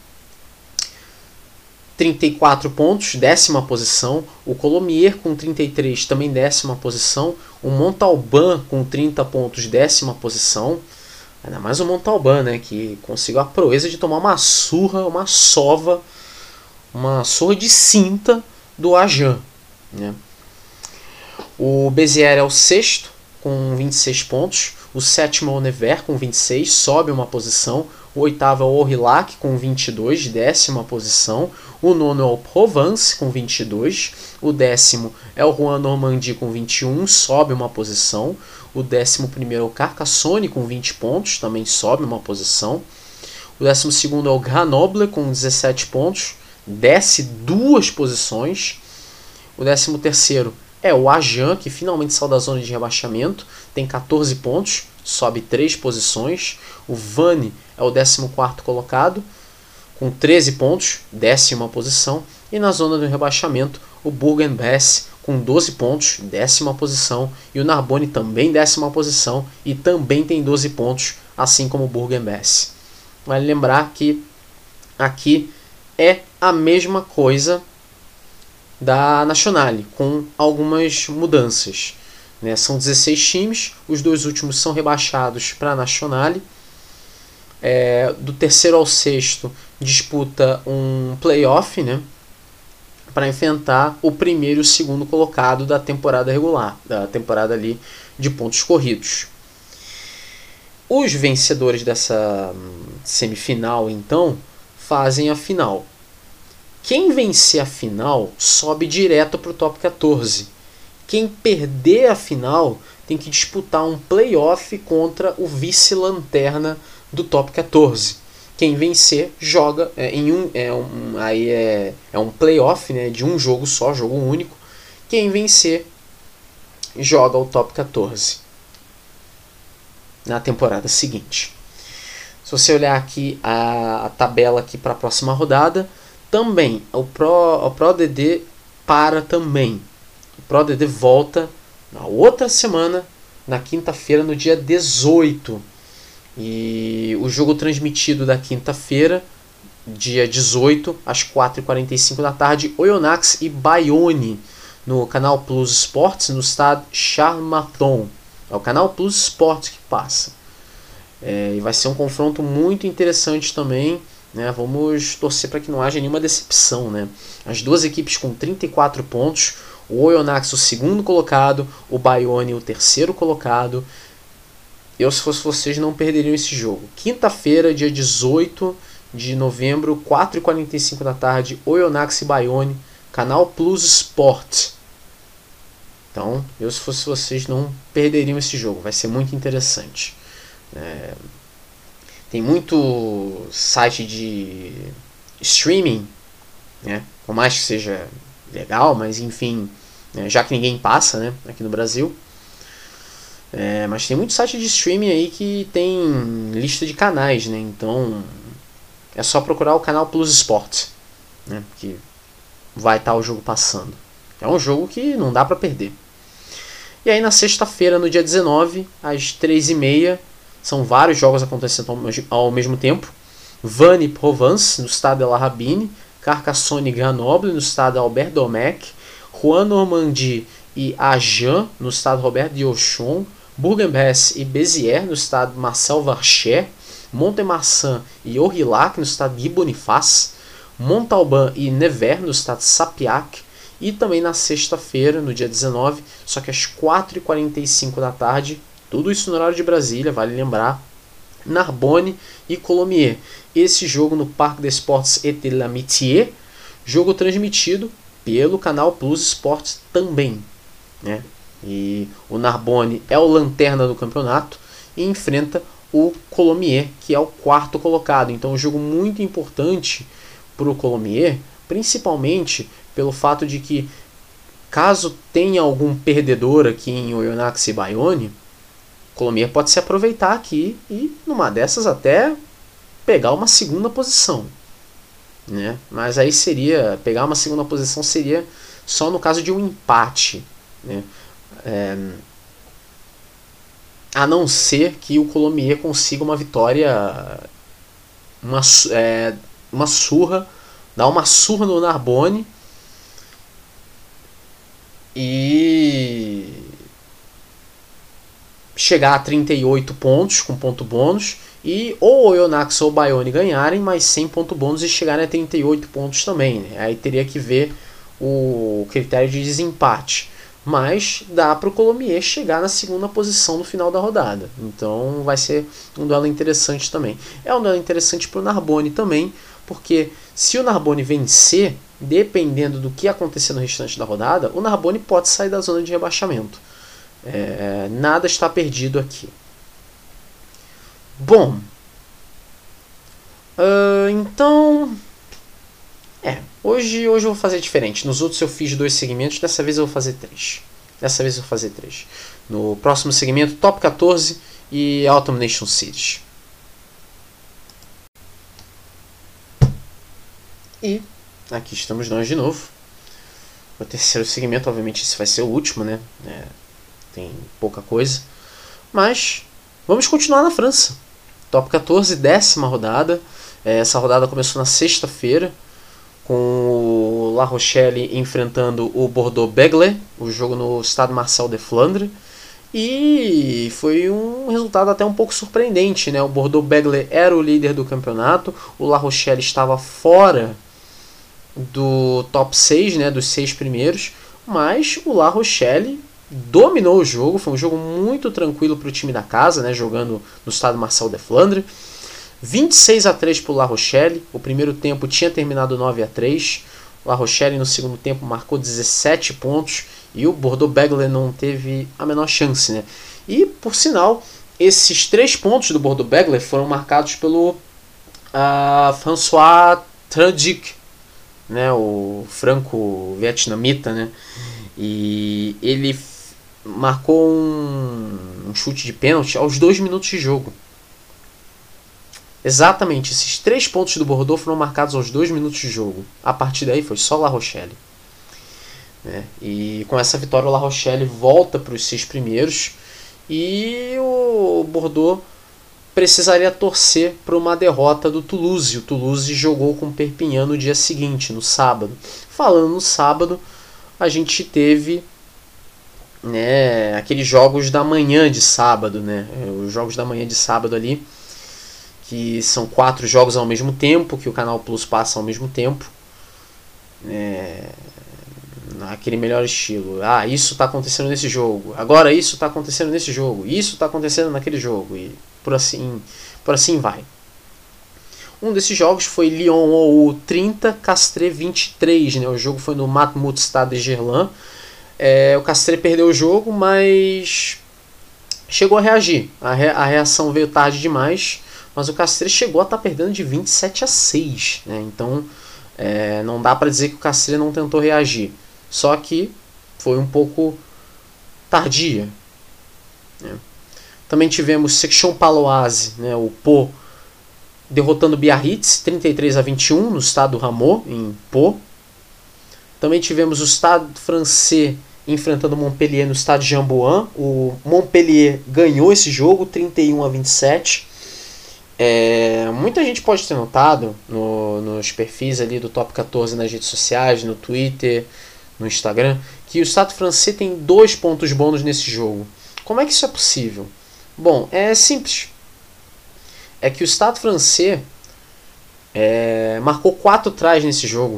34 pontos, 10ª posição. O Colomiers com 33, também 10ª posição. O Montalban com 30 pontos, 10ª posição. Ainda mais o Montalban, né, que conseguiu a proeza de tomar uma surra, uma sova, uma surra de cinta do Agen, né. O Béziers é o 6º com 26 pontos. O 7º é o Nevers com 26, sobe uma posição. O oitavo é o Aurillac com 22, décima posição. O nono é o Provence com 22. O décimo é o Rouen Normandie com 21, sobe uma posição. O 11º é o Carcassonne com 20 pontos, também sobe uma posição. O 12º é o Grenoble com 17 pontos, desce 2 posições. O 13º é o Agen, que finalmente saiu da zona de rebaixamento, tem 14 pontos, sobe 3 posições. O Vannes é o 14º colocado, com 13 pontos, desce uma posição. E na zona do rebaixamento, o Bourg-en-Bresse, com 12 pontos, décima posição. E o Narbonne também décima posição e também tem 12 pontos, assim como o Bourg-en-Bresse. Vale lembrar que aqui é a mesma coisa da Nationale, com algumas mudanças. Né? São 16 times, os 2 últimos são rebaixados para a Nationale. Do terceiro ao sexto disputa um playoff, né? Para enfrentar o primeiro e o segundo colocado da temporada regular, da temporada ali de pontos corridos. Os vencedores dessa semifinal, então, fazem a final. Quem vencer a final sobe direto para o top 14. Quem perder a final tem que disputar um playoff contra o vice-lanterna do top 14. Quem vencer joga é um playoff, né, de um jogo só, jogo único. Quem vencer joga o top 14 na temporada seguinte. Se você olhar aqui a tabela aqui para a próxima rodada, também o ProDD para também. O ProDD volta na outra semana, na quinta-feira, no dia 18. E o jogo transmitido da quinta-feira, dia 18, às 4h45 da tarde, Oyonnax e Bayonne, no Canal Plus Sports, no estado Charles Martin. É o Canal Plus Sports que passa. E vai ser um confronto muito interessante também. Né? Vamos torcer para que não haja nenhuma decepção. Né? As duas equipes com 34 pontos, o Oyonnax o segundo colocado, o Bayonne o terceiro colocado. Eu, se fosse vocês, não perderiam esse jogo. Quinta-feira, dia 18 de novembro, 4h45 da tarde, Oyonnax e Bayonne, Canal Plus Sport. Então, eu, se fosse vocês, não perderiam esse jogo. Vai ser muito interessante. Tem muito site de streaming, né? Por mais que seja legal, mas enfim, né? Já que ninguém passa, né? Aqui no Brasil. Mas tem muito site de streaming aí que tem lista de canais, né? Então é só procurar o Canal Plus Sport, né? Que vai estar o jogo passando. É um jogo que não dá para perder. E aí na sexta-feira, no dia 19, às 3h30, são vários jogos acontecendo ao mesmo tempo. Vannes e Provence, no estado de La Rabine. Carcassonne e Grenoble, no estado de Albert Domecq. Rouen Normandie e Agen, no estado Robert de Auchon. Bourg-en-Bresse e Béziers, no estado de Marcel Varcher. Mont-de-Marsan e Aurillac, no estado de Boniface. Montauban e Nevers, no estado de Sapiac. E também na sexta-feira, no dia 19, só que às 4h45 da tarde, tudo isso no horário de Brasília, vale lembrar, Narbonne e Colomiers. Esse jogo no Parc des Sports et de l'Amitié, jogo transmitido pelo Canal Plus Sports também. Né? E o Narbonne é o lanterna do campeonato e enfrenta o Colomiers, que é o quarto colocado. Então, um jogo muito importante para o Colomiers, principalmente pelo fato de que, caso tenha algum perdedor aqui em Oyonnax e Bayonne, o Colomiers pode se aproveitar aqui e, numa dessas, até pegar uma segunda posição. Né? Mas aí pegar uma segunda posição seria só no caso de um empate. Né? A não ser que o Colomiers consiga uma vitória, uma surra, dar uma surra no Narbonne e chegar a 38 pontos com ponto bônus, e ou o Oyonnax ou o Bayonne ganharem, mas sem ponto bônus, e chegarem a 38 pontos também. Né? Aí teria que ver o critério de desempate. mas dá para o Colomiers chegar na segunda posição no final da rodada. Então vai ser um duelo interessante também. É um duelo interessante para o Narbonne também, porque se o Narbonne vencer, dependendo do que acontecer no restante da rodada, o Narbonne pode sair da zona de rebaixamento. Nada está perdido aqui. Bom, então... Hoje eu vou fazer diferente. Nos outros eu fiz 2 segmentos, dessa vez eu vou fazer 3. No próximo segmento, Top 14 e Autumn Nation Series. E aqui estamos nós de novo. O terceiro segmento, obviamente esse vai ser o último, né? Tem pouca coisa. Mas vamos continuar na França. Top 14, 10ª rodada. Essa rodada começou na sexta-feira, com o La Rochelle enfrentando o Bordeaux-Bègles, o jogo no Stade Marcel de Flandre. E foi um resultado até um pouco surpreendente, né? O Bordeaux-Bègles era o líder do campeonato, o La Rochelle estava fora do top 6, né, dos 6 primeiros, mas o La Rochelle dominou o jogo, foi um jogo muito tranquilo para o time da casa, né, jogando no Stade Marcel de Flandre. 26-3 para o La Rochelle, o primeiro tempo tinha terminado 9-3, o La Rochelle no segundo tempo marcou 17 pontos e o Bordeaux-Bègles não teve a menor chance, né? E, por sinal, esses 3 pontos do Bordeaux-Bègles foram marcados pelo François Tadic, né, o franco-vietnamita, né? E ele marcou um chute de pênalti aos 2 minutos de jogo. Exatamente, esses 3 pontos do Bordeaux foram marcados aos 2 minutos de jogo. A partir daí foi só La Rochelle. E com essa vitória o La Rochelle volta para os 6 primeiros e o Bordeaux precisaria torcer para uma derrota do Toulouse. O Toulouse jogou com o Perpignan no dia seguinte, no sábado. Falando no sábado, a gente teve, né, aqueles jogos da manhã de sábado, né? Os jogos da manhã de sábado ali, que são 4 jogos ao mesmo tempo, que o Canal Plus passa ao mesmo tempo. Naquele melhor estilo. Isso está acontecendo nesse jogo. Agora isso está acontecendo nesse jogo. Isso está acontecendo naquele jogo. E por assim vai. Um desses jogos foi Lyon ou 30, Castres 23. Né? O jogo foi no Matmut Stade de Gerland. O Castres perdeu o jogo, mas chegou a reagir. A reação veio tarde demais, mas o Castres chegou a estar perdendo de 27-6. Né? Então não dá para dizer que o Castres não tentou reagir. Só que foi um pouco tardia. Né? Também tivemos Section Paloise, né, o Pau, derrotando Biarritz 33-21 no Stade Ramot, em Pau. Também tivemos o Stade Francês enfrentando o Montpellier no Stade Jean-Bouin. O Montpellier ganhou esse jogo 31-27. Muita gente pode ter notado nos perfis ali do Top 14 nas redes sociais, no Twitter, no Instagram, que o Stade Francês tem 2 pontos bônus nesse jogo. Como é que isso é possível? Bom, é simples. É que o Stade Francês marcou 4 tries nesse jogo,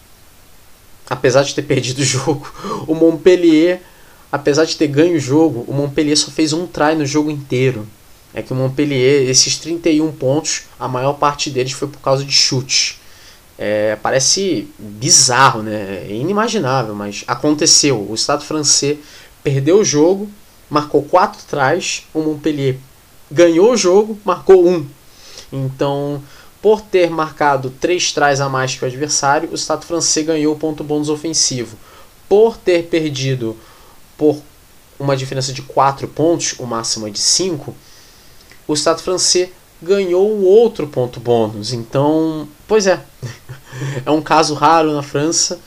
apesar de ter perdido o jogo. O Montpellier, apesar de ter ganho o jogo, o Montpellier só fez 1 try no jogo inteiro. É que o Montpellier, esses 31 pontos, a maior parte deles foi por causa de chutes. Parece bizarro, né? É inimaginável, mas aconteceu. O Stade Francês perdeu o jogo, marcou 4 tries, o Montpellier ganhou o jogo, marcou 1. Então, por ter marcado 3 tries a mais que o adversário, o Stade Francês ganhou o ponto bônus ofensivo. Por ter perdido por uma diferença de 4 pontos, o máximo é de 5, o Stade Francês ganhou o outro ponto bônus. Então, pois é um caso raro na França.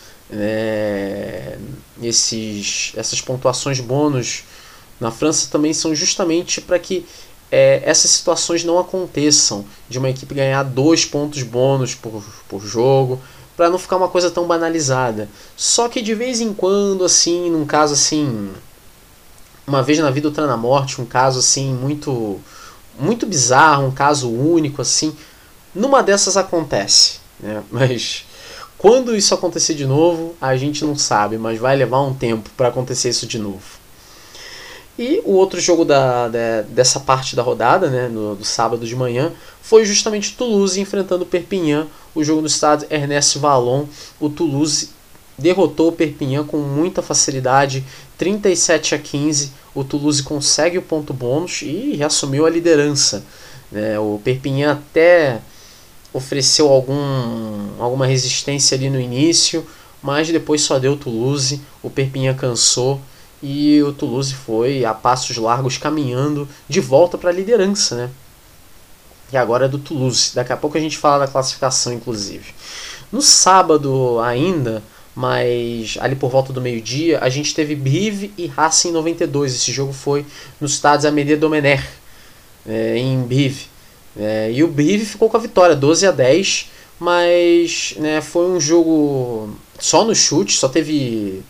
Essas pontuações bônus na França também são justamente para que essas situações não aconteçam, de uma equipe ganhar 2 pontos bônus por jogo, para não ficar uma coisa tão banalizada. Só que de vez em quando, assim, num caso assim, uma vez na vida outra na morte, um caso assim muito muito bizarro, um caso único assim, numa dessas acontece, né? Mas Quando isso acontecer de novo, a gente não sabe, mas vai levar um tempo para acontecer isso de novo. E o outro jogo dessa parte da rodada, né, do sábado de manhã, foi justamente o Toulouse enfrentando o Perpignan, o jogo no estádio Ernest Vallon. O Toulouse derrotou o Perpignan com muita facilidade, 37-15. O Toulouse consegue o ponto bônus e reassumiu a liderança. O Perpignan até ofereceu alguma resistência ali no início, mas depois só deu o Toulouse. O Perpignan cansou e o Toulouse foi a passos largos caminhando de volta para a liderança, né? E agora é do Toulouse. Daqui a pouco a gente fala da classificação, inclusive. No sábado ainda, mas ali por volta do meio-dia, a gente teve Brive e Racing 92. Esse jogo foi no estádio Amédée Domenech, em Brive. E o Brive ficou com a vitória, 12-10, mas foi um jogo só no chute, só teve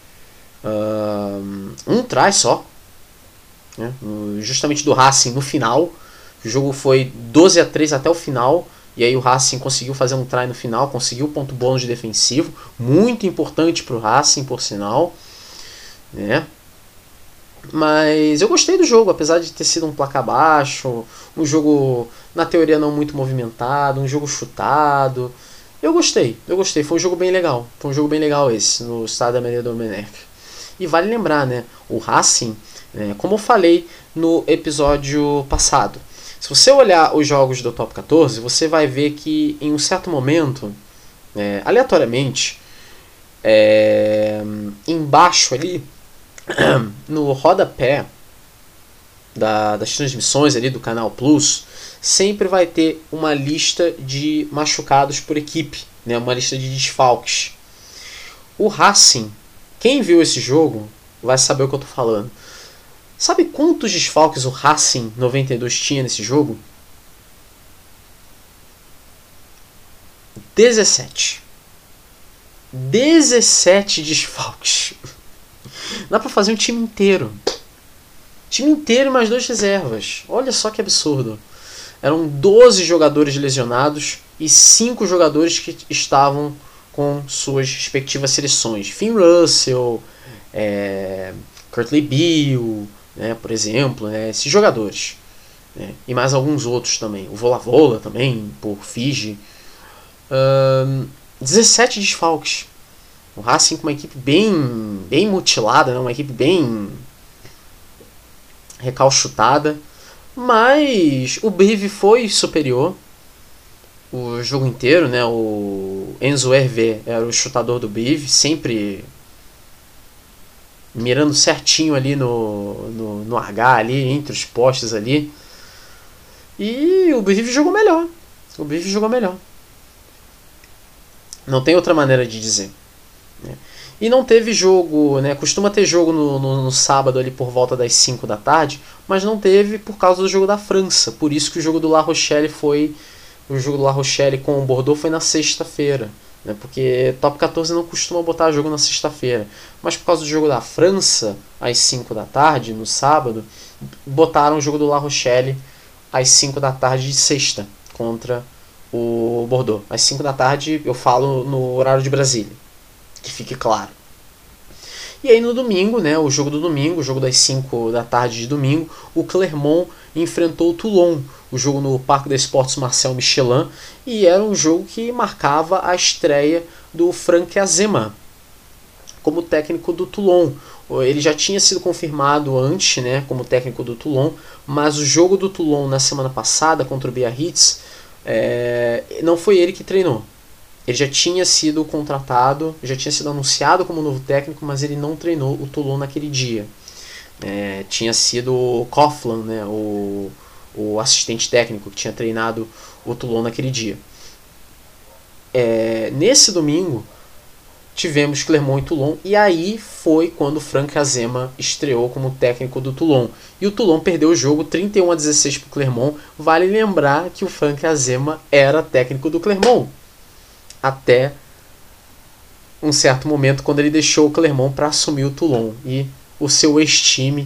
um try só, justamente do Racing no final. O jogo foi 12-3 até o final, e aí o Racing conseguiu fazer um try no final, conseguiu ponto bônus de defensivo, muito importante para o Racing, por sinal, né? Mas eu gostei do jogo, apesar de ter sido um placar baixo, um jogo na teoria não muito movimentado, um jogo chutado. Eu gostei, foi um jogo bem legal, esse, no estádio Amédée Domenech. E vale lembrar, né, o Racing, como eu falei no episódio passado, se você olhar os jogos do Top 14, você vai ver que em um certo momento, aleatoriamente, embaixo ali, no rodapé das transmissões ali do Canal Plus, sempre vai ter uma lista de machucados por equipe, uma lista de desfalques. O Racing, quem viu esse jogo vai saber o que eu estou falando. Sabe quantos desfalques o Racing 92 tinha nesse jogo? 17. 17 desfalques. Dá pra fazer um time inteiro. Time inteiro e mais 2 reservas. Olha só que absurdo. Eram 12 jogadores lesionados e 5 jogadores que estavam com suas respectivas seleções. Finn Russell, Kurtley Beale, por exemplo, esses jogadores. E mais alguns outros também. O Volavola também, por Fiji. 17 desfalques. O Racing com uma equipe bem mutilada, uma equipe bem recalchutada. Mas o Brive foi superior o jogo inteiro. O Enzo Hervé era o chutador do Brive, sempre mirando certinho ali no H, ali, entre os postes ali. E o Brive jogou melhor. Não tem outra maneira de dizer. E não teve jogo, costuma ter jogo no sábado ali por volta das 5 da tarde, mas não teve por causa do jogo da França. Por isso que o jogo do La Rochelle com o Bordeaux foi na sexta-feira. Porque Top 14 não costuma botar jogo na sexta-feira. Mas por causa do jogo da França, às 5 da tarde, no sábado, botaram o jogo do La Rochelle às 5 da tarde de sexta, contra o Bordeaux. Às 5 da tarde eu falo no horário de Brasília, que fique claro. E aí no domingo, o jogo do domingo, o jogo das 5 da tarde de domingo, o Clermont enfrentou o Toulon, o jogo no Parque des Sports Marcel Michelin, e era um jogo que marcava a estreia do Franck Azema como técnico do Toulon. Ele já tinha sido confirmado antes, como técnico do Toulon, mas o jogo do Toulon na semana passada contra o Biarritz, não foi ele que treinou. Ele já tinha sido contratado, já tinha sido anunciado como novo técnico, mas ele não treinou o Toulon naquele dia. Tinha sido o Coughlin, o assistente técnico que tinha treinado o Toulon naquele dia. Nesse domingo tivemos Clermont e Toulon, e aí foi quando o Franck Azema estreou como técnico do Toulon. E o Toulon perdeu o jogo 31-16 para o Clermont. Vale lembrar que o Franck Azema era técnico do Clermont até um certo momento, quando ele deixou o Clermont para assumir o Toulon, e o seu ex-time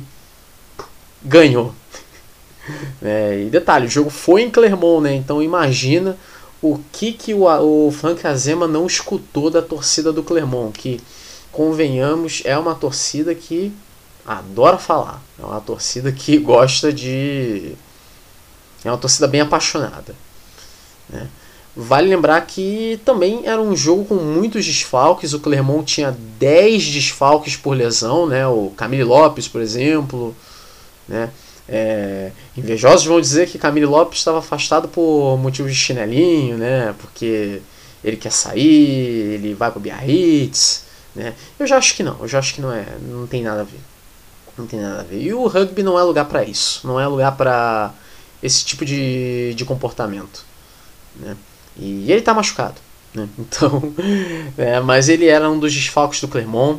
ganhou. E detalhe, o jogo foi em Clermont, então imagina o que o Frank Azema não escutou da torcida do Clermont, que, convenhamos, é uma torcida que adora falar, é uma torcida que gosta de... é uma torcida bem apaixonada, né? Vale lembrar que também era um jogo com muitos desfalques. O Clermont tinha 10 desfalques por lesão, né? O Camille Lopes, por exemplo, né? Invejosos vão dizer que Camille Lopes estava afastado por motivos de chinelinho, né? Porque ele quer sair, ele vai para o Biarritz, né? Eu já acho que não, não tem nada a ver. Não tem nada a ver. E o rugby não é lugar para isso, não é lugar para esse tipo de comportamento, né? E ele tá machucado, né? Então, mas ele era um dos desfalques do Clermont.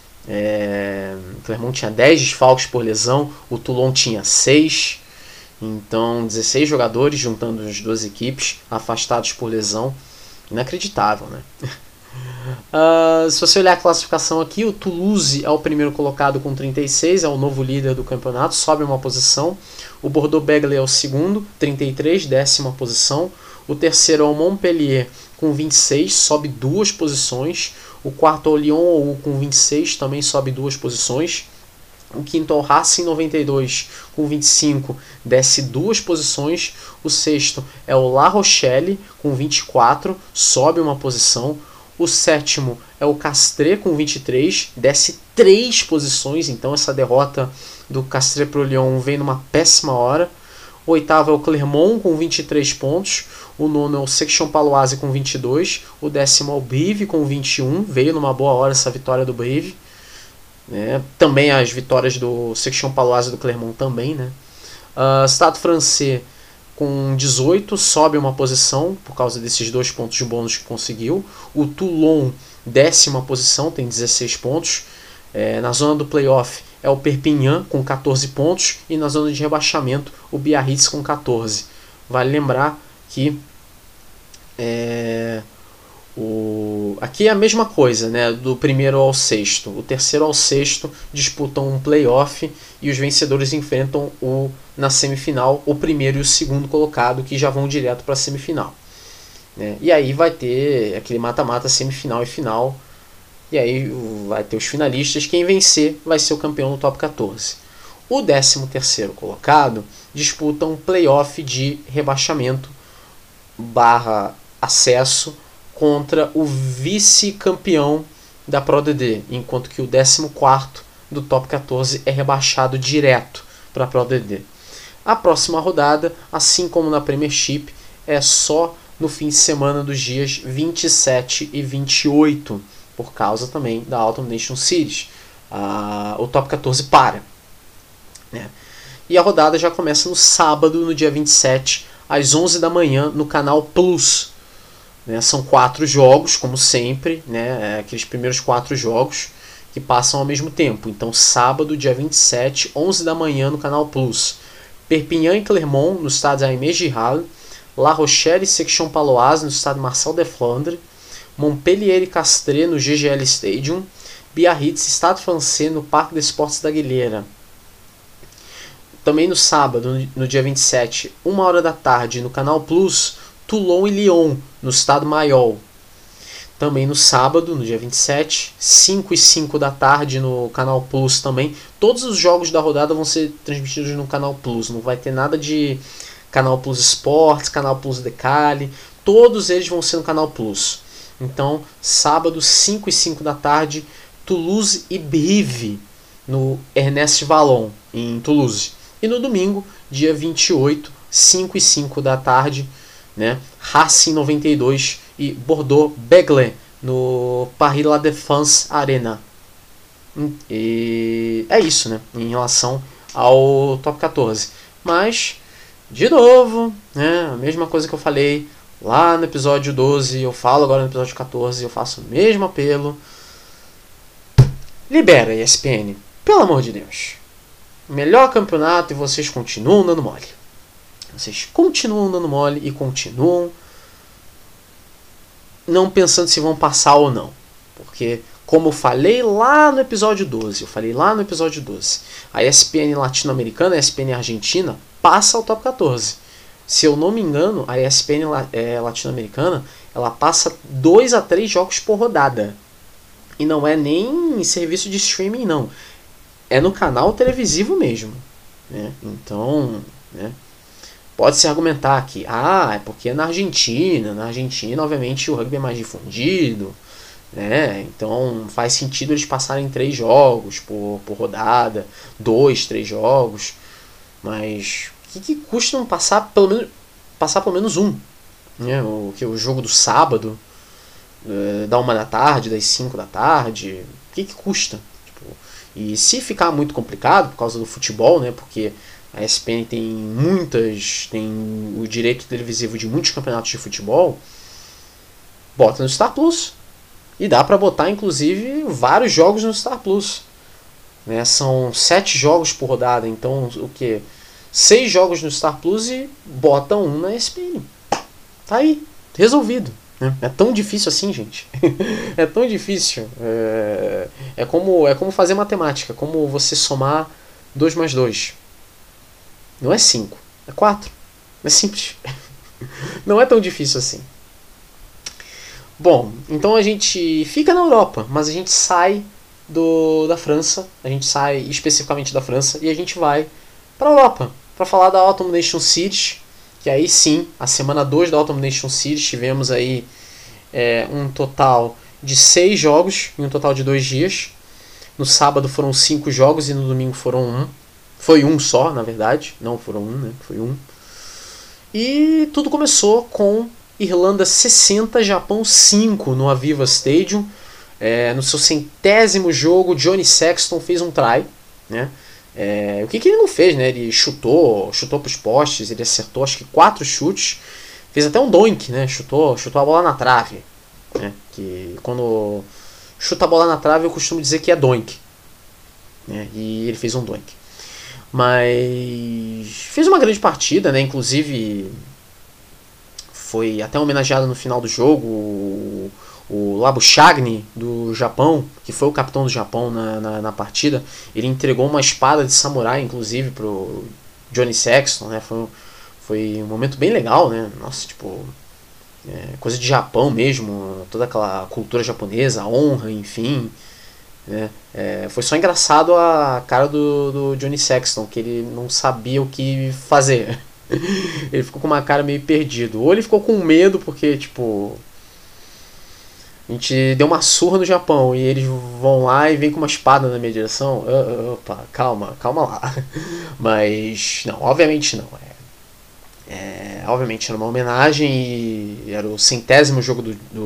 O Clermont tinha 10 desfalques por lesão, o Toulon tinha 6. Então, 16 jogadores juntando as duas equipes afastados por lesão. Inacreditável, né? Se você olhar a classificação aqui, o Toulouse é o primeiro colocado com 36, é o novo líder do campeonato, sobe uma posição. O Bordeaux-Bègles é o segundo, 33, décima posição. O terceiro é o Montpellier com 26, sobe 2 posições. O quarto é o Lyon com 26, também sobe 2 posições. O quinto é o Racing 92 com 25, desce 2 posições. O sexto é o La Rochelle com 24, sobe uma posição. O sétimo é o Castres com 23, desce 3 posições. Então essa derrota do Castres para o Lyon vem numa péssima hora. O oitavo é o Clermont com 23 pontos. O nono é o Section Paloise com 22. O décimo é o Brive com 21. Veio numa boa hora essa vitória do Brive, né? Também as vitórias do Section Paloise e do Clermont também, né? Stade Francês com 18, sobe uma posição por causa desses 2 pontos de bônus que conseguiu. O Toulon, décima posição, tem 16 pontos. Na zona do playoff é o Perpignan com 14 pontos. E na zona de rebaixamento, o Biarritz com 14. Vale lembrar que aqui é a mesma coisa, né? Do primeiro ao sexto. O terceiro ao sexto disputam um playoff e os vencedores enfrentam na semifinal o primeiro e o segundo colocado, que já vão direto para a semifinal, né? E aí vai ter aquele mata-mata, semifinal e final. E aí vai ter os finalistas. Quem vencer vai ser o campeão do top 14. O 13º colocado disputa um playoff de rebaixamento / acesso contra o vice-campeão da Pro DD, enquanto que o 14º do top 14 é rebaixado direto para a Pro DD. A próxima rodada, assim como na Premiership, é só no fim de semana dos dias 27 e 28, por causa também da Autumn Nation Series. O top 14 para, né? E a rodada já começa no sábado, no dia 27, às 11 da manhã, no canal Plus. São 4 jogos, como sempre, né? Aqueles primeiros 4 jogos que passam ao mesmo tempo. Então, sábado, dia 27, 11 da manhã, no canal Plus. Perpignan e Clermont, no estádio Aimé Giral. La Rochelle e Section Paloise, no estádio Marcel de Flandre. Montpellier e Castres, no GGL Stadium. Biarritz e Stade Francês, no Parque des Sports da Guilherme. Também no sábado, no dia 27, 1h da tarde, no canal Plus, Toulon e Lyon, no estado Mayol. Também no sábado, no dia 27, 5h05 da tarde, no canal Plus também. Todos os jogos da rodada vão ser transmitidos no canal Plus. Não vai ter nada de canal Plus Sports, canal Plus Decali. Todos eles vão ser no canal Plus. Então, sábado, 5h05 da tarde, Toulouse e Brive, no Ernest Vallon, em Toulouse. E no domingo, dia 28, 5h05 da tarde, né, Racing 92 e Bordeaux-Bègles, no Paris La Défense Arena. E é isso, né, em relação ao top 14. Mas, de novo, né, a mesma coisa que eu falei lá no episódio 12, eu falo agora no episódio 14, eu faço o mesmo apelo. Libera, ESPN, pelo amor de Deus. Melhor campeonato e vocês continuam dando mole. Vocês continuam dando mole e continuam não pensando se vão passar ou não. Porque, como eu falei lá no episódio 12, a ESPN latino-americana, a ESPN argentina, passa ao top 14. Se eu não me engano, a ESPN latino-americana, ela passa 2 a 3 jogos por rodada. E não é nem em serviço de streaming, não. É no canal televisivo mesmo. Né? Então, né? Pode-se argumentar que é porque é na Argentina. Na Argentina, obviamente, o rugby é mais difundido. Né? Então faz sentido eles passarem 3 jogos por rodada, 2, 3 jogos. Mas o que custa passar pelo menos um? Né? O jogo do sábado, da 1 da tarde, das 5 da tarde, o que custa? Tipo, e se ficar muito complicado por causa do futebol, né? Porque a ESPN tem o direito televisivo de muitos campeonatos de futebol, bota no Star Plus. E dá pra botar, inclusive, vários jogos no Star Plus. Né? São 7 jogos por rodada, então o que? 6 jogos no Star Plus e bota um na ESPN. Tá aí, resolvido. Né? É tão difícil assim, gente. É tão difícil. É como fazer matemática, como você somar 2 mais 2. Não é 5, é 4. É simples. Não é tão difícil assim. Bom, então a gente fica na Europa, mas a gente sai da França, a gente sai especificamente da França e a gente vai para a Europa, para falar da Autumn Nation Series, que aí sim, a semana 2 da Autumn Nation Series tivemos aí um total de 6 jogos em um total de 2 dias. No sábado foram 5 jogos e no domingo foram 1. Foi um só, na verdade, não foram 1, né? Foi 1. E tudo começou com Irlanda 60, Japão 5 no Aviva Stadium. No seu 100º jogo, Johnny Sexton fez um try. Né? O que ele não fez? Né? Ele chutou para os postes, ele acertou acho que 4 chutes. Fez até um doink, né? Chutou a bola na trave. Né? Que quando chuta a bola na trave eu costumo dizer que é doink. Né? E ele fez um doink. Mas fez uma grande partida, né? Inclusive foi até homenageado no final do jogo o Labuschagne do Japão, que foi o capitão do Japão na partida. Ele entregou uma espada de samurai, inclusive, pro Johnny Sexton, né? Foi um momento bem legal, né? Nossa, tipo, coisa de Japão mesmo, toda aquela cultura japonesa, honra, enfim. Né? Foi só engraçado a cara do Johnny Sexton, que ele não sabia o que fazer. Ele ficou com uma cara meio perdido. Ou ele ficou com medo porque, tipo, a gente deu uma surra no Japão e eles vão lá e vem com uma espada na minha direção. Opa, calma lá. Mas, não, obviamente não. Obviamente era uma homenagem e era o 100º jogo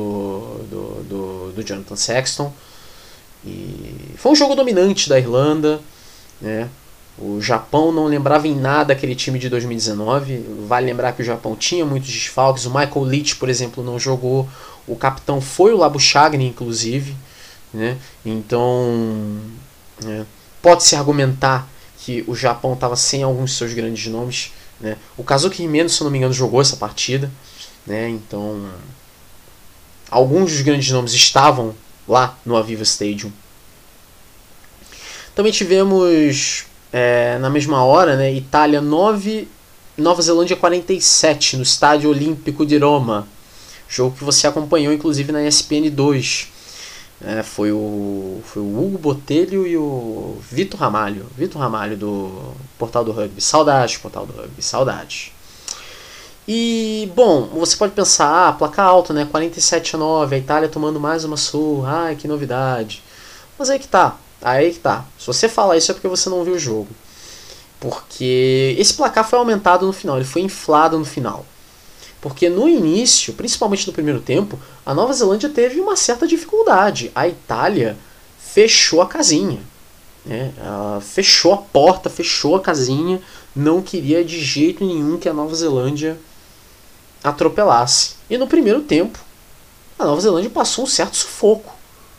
do Jonathan Sexton. E foi um jogo dominante da Irlanda, né? O Japão não lembrava em nada aquele time de 2019. Vale lembrar que o Japão tinha muitos desfalques. O Michael Leach, por exemplo, não jogou. O capitão foi o Labuschagne, inclusive. Né? Então, pode-se argumentar que o Japão estava sem alguns de seus grandes nomes. Né? O Kazuki Himeno, se não me engano, jogou essa partida. Né? Então, alguns dos grandes nomes estavam lá no Aviva Stadium. Também tivemos na mesma hora, né, Itália 9, Nova Zelândia 47 no Estádio Olímpico de Roma. Jogo que você acompanhou inclusive na ESPN 2. Foi o Hugo Botelho e o Vitor Ramalho. Vitor Ramalho do Portal do Rugby. Saudades, Portal do Rugby. Saudades. E, bom, você pode pensar, placar alta, né? 47-9, a Itália tomando mais uma surra, ai, que novidade. Mas aí que tá. Se você falar isso é porque você não viu o jogo. Porque esse placar foi aumentado no final, ele foi inflado no final. Porque no início, principalmente no primeiro tempo, a Nova Zelândia teve uma certa dificuldade. A Itália fechou a casinha. Né? Ela fechou a porta, fechou a casinha, não queria de jeito nenhum que a Nova Zelândia atropelasse. E no primeiro tempo, a Nova Zelândia passou um certo sufoco.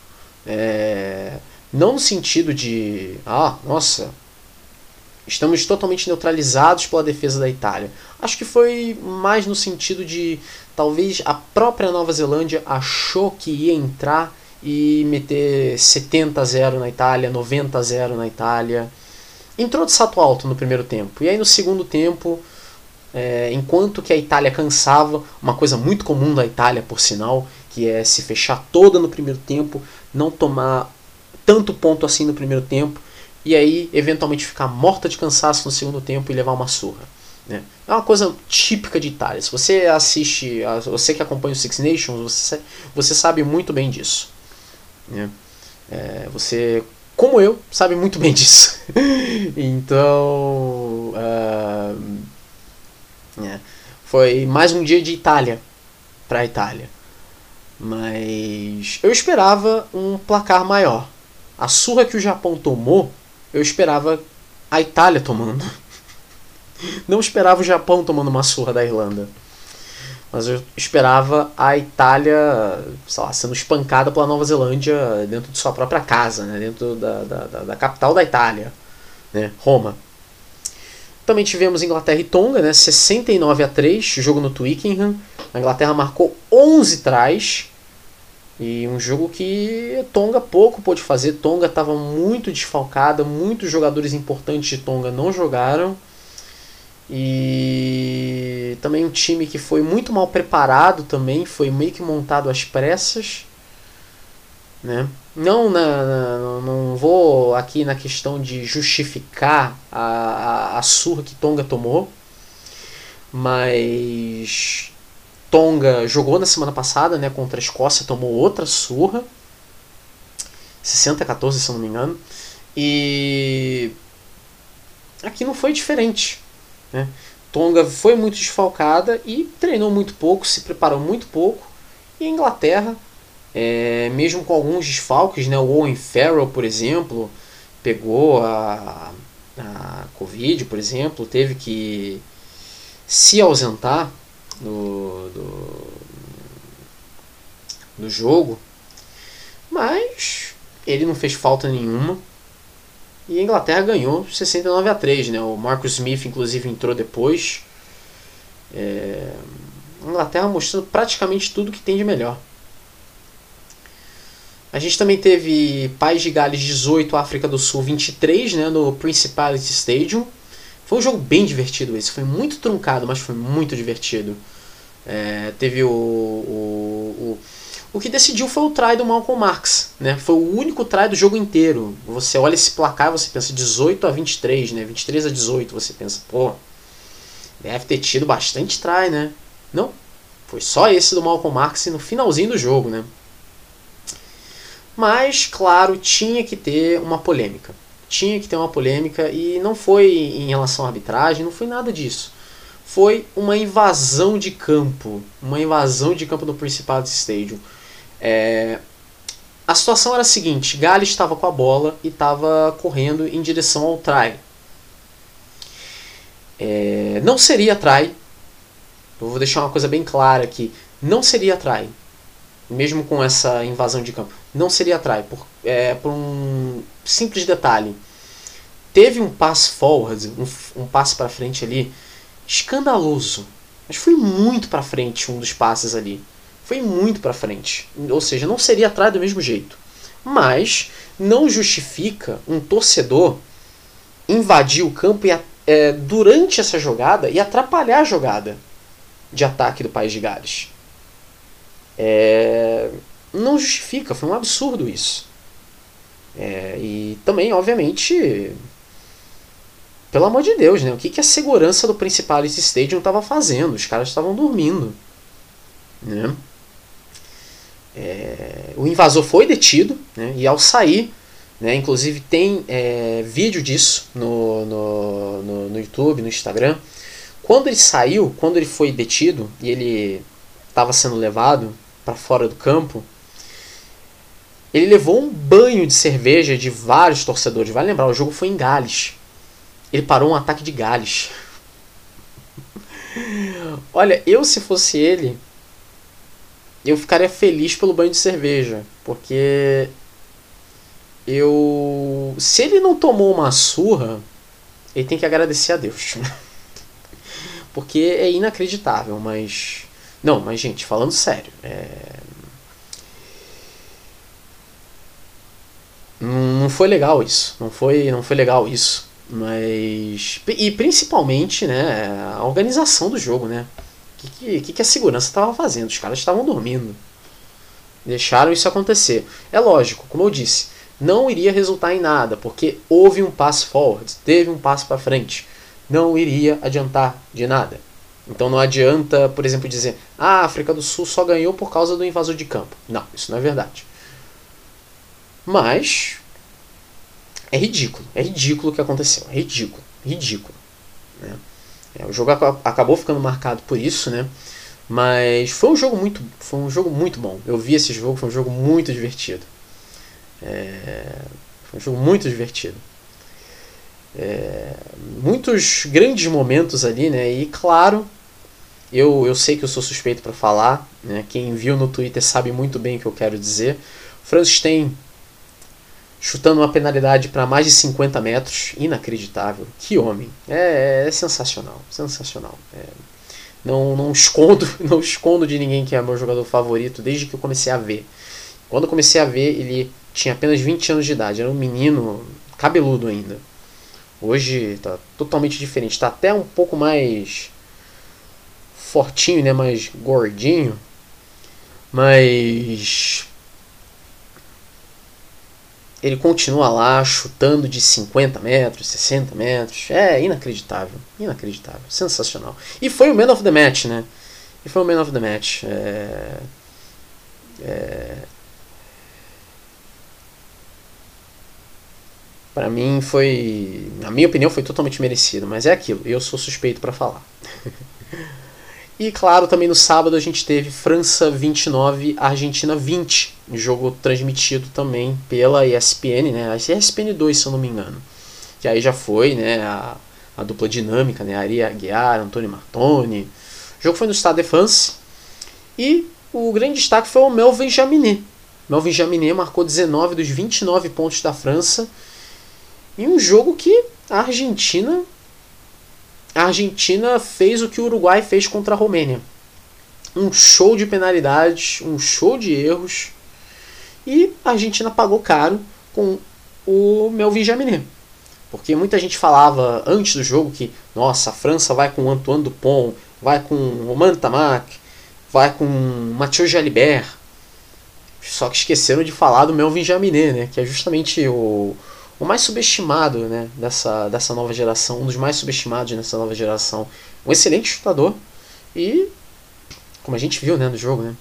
Não no sentido de, nossa, estamos totalmente neutralizados pela defesa da Itália. Acho que foi mais no sentido de, talvez a própria Nova Zelândia achou que ia entrar e meter 70-0 na Itália, 90-0 na Itália. Entrou de salto alto no primeiro tempo. E aí no segundo tempo, enquanto que a Itália cansava, uma coisa muito comum da Itália, por sinal, que é se fechar toda no primeiro tempo, não tomar tanto ponto assim no primeiro tempo, e aí eventualmente ficar morta de cansaço no segundo tempo e levar uma surra. Né? É uma coisa típica de Itália. Se você assiste, você que acompanha o Six Nations, você sabe muito bem disso. Né? Você, como eu, sabe muito bem disso. Então, foi mais um dia de Itália para a Itália. Mas eu esperava um placar maior. A surra que o Japão tomou, eu esperava a Itália tomando. Não esperava o Japão tomando uma surra da Irlanda. Mas eu esperava a Itália, sei lá, sendo espancada pela Nova Zelândia dentro de sua própria casa, né? Dentro da capital da Itália, né? Roma. Também tivemos Inglaterra e Tonga, né? 69-3, jogo no Twickenham. A Inglaterra marcou 11 tries. E um jogo que Tonga pouco pôde fazer. Tonga estava muito desfalcada, muitos jogadores importantes de Tonga não jogaram. E também um time que foi muito mal preparado também, foi meio que montado às pressas. Né? Não vou aqui na questão de justificar a surra que Tonga tomou, mas Tonga jogou na semana passada, né, contra a Escócia, tomou outra surra, 60-14 se eu não me engano, e aqui não foi diferente. Né? Tonga foi muito desfalcada e treinou muito pouco, se preparou muito pouco, e a Inglaterra, mesmo com alguns desfalques, né, o Owen Farrell, por exemplo, pegou a Covid, por exemplo, teve que se ausentar do jogo, mas ele não fez falta nenhuma e a Inglaterra ganhou 69-3, né? O Marcus Smith inclusive entrou depois. A Inglaterra mostrando praticamente tudo que tem de melhor. A gente também teve País de Gales 18, África do Sul 23, né, no Principality Stadium. Foi um jogo bem divertido esse, foi muito truncado, mas foi muito divertido. Teve o que decidiu foi o try do Malcolm Marx, né? Foi o único try do jogo inteiro. Você olha esse placar, você pensa 18-23, né? 23-18, você pensa, pô, deve ter tido bastante try, né? Não, foi só esse do Malcolm Marx no finalzinho do jogo, né? Mas, claro, tinha que ter uma polêmica. Tinha que ter uma polêmica e não foi em relação à arbitragem, não foi nada disso. Foi uma invasão de campo. Uma invasão de campo no Principality Stadium. A situação era a seguinte: Gales estava com a bola e estava correndo em direção ao try. Não seria try. Eu vou deixar uma coisa bem clara aqui. Não seria try. Mesmo com essa invasão de campo. Não seria try. Por um simples detalhe. Teve um pass forward, um passe para frente ali, escandaloso. Mas foi muito para frente um dos passes ali. Foi muito para frente. Ou seja, não seria try do mesmo jeito. Mas não justifica um torcedor invadir o campo durante essa jogada e atrapalhar a jogada de ataque do País de Gales. Não justifica, foi um absurdo isso. E também, obviamente, pelo amor de Deus, né? O que a segurança do Principality Stadium estava fazendo? Os caras estavam dormindo. Né? O invasor foi detido, né? E ao sair, né? Inclusive tem vídeo disso no YouTube, no Instagram. Quando ele saiu, quando ele foi detido e ele estava sendo levado para fora do campo, ele levou um banho de cerveja de vários torcedores. Vale lembrar, o jogo foi em Gales. Ele parou um ataque de Gales. Olha, eu se fosse ele, eu ficaria feliz pelo banho de cerveja. Porque se ele não tomou uma surra, ele tem que agradecer a Deus. Porque é inacreditável, mas... Não, mas gente, falando sério, não foi legal isso. Não foi legal isso. E principalmente, né, a organização do jogo, né? O que a segurança estava fazendo? Os caras estavam dormindo. Deixaram isso acontecer. É lógico, como eu disse, não iria resultar em nada, porque houve um pass forward, teve um passo para frente. Não iria adiantar de nada. Então não adianta, por exemplo, dizer a África do Sul só ganhou por causa do invasor de campo. Não, isso não é verdade. Mas é ridículo o que aconteceu. É ridículo. Né? O jogo acabou ficando marcado por isso, né? Mas foi um jogo muito bom. Eu vi esse jogo, foi um jogo muito divertido. Foi um jogo muito divertido. Muitos grandes momentos ali, né? E claro, eu sei que eu sou suspeito para falar, né? Quem viu no Twitter sabe muito bem o que eu quero dizer. Franz Stein chutando uma penalidade para mais de 50 metros, inacreditável. Que homem! É sensacional, sensacional. Não escondo de ninguém que é meu jogador favorito desde que eu comecei a ver. Quando eu comecei a ver, ele tinha apenas 20 anos de idade, era um menino cabeludo ainda. Hoje está totalmente diferente, está até um pouco mais fortinho, né, mais gordinho, mas ele continua lá chutando de 50 metros, 60 metros. É inacreditável, sensacional. E foi o Man of the Match, né? Pra mim foi, na minha opinião, foi totalmente merecido, mas é aquilo, eu sou suspeito para falar. E claro, também no sábado a gente teve França 29, Argentina 20, um jogo transmitido também pela ESPN, né? A ESPN 2, se eu não me engano. Que aí já foi, né, a dupla dinâmica, né, Ari Aguiar, Antônio Martoni. O jogo foi no Stade de France e o grande destaque foi o Melvin Jaminet. Melvin Jaminet marcou 19 dos 29 pontos da França em um jogo que a Argentina fez o que o Uruguai fez contra a Romênia. Um show de penalidades, um show de erros. E a Argentina pagou caro com o Melvin Jaminet. Porque muita gente falava antes do jogo que, nossa, a França vai com o Antoine Dupont, vai com o Romain Tamac, vai com o Mathieu Jalibert. Só que esqueceram de falar do Melvin Jaminet, né? Que é justamente o mais subestimado, né, dessa nova geração, um dos mais subestimados nessa nova geração. Um excelente chutador e, como a gente viu, né, no jogo, né,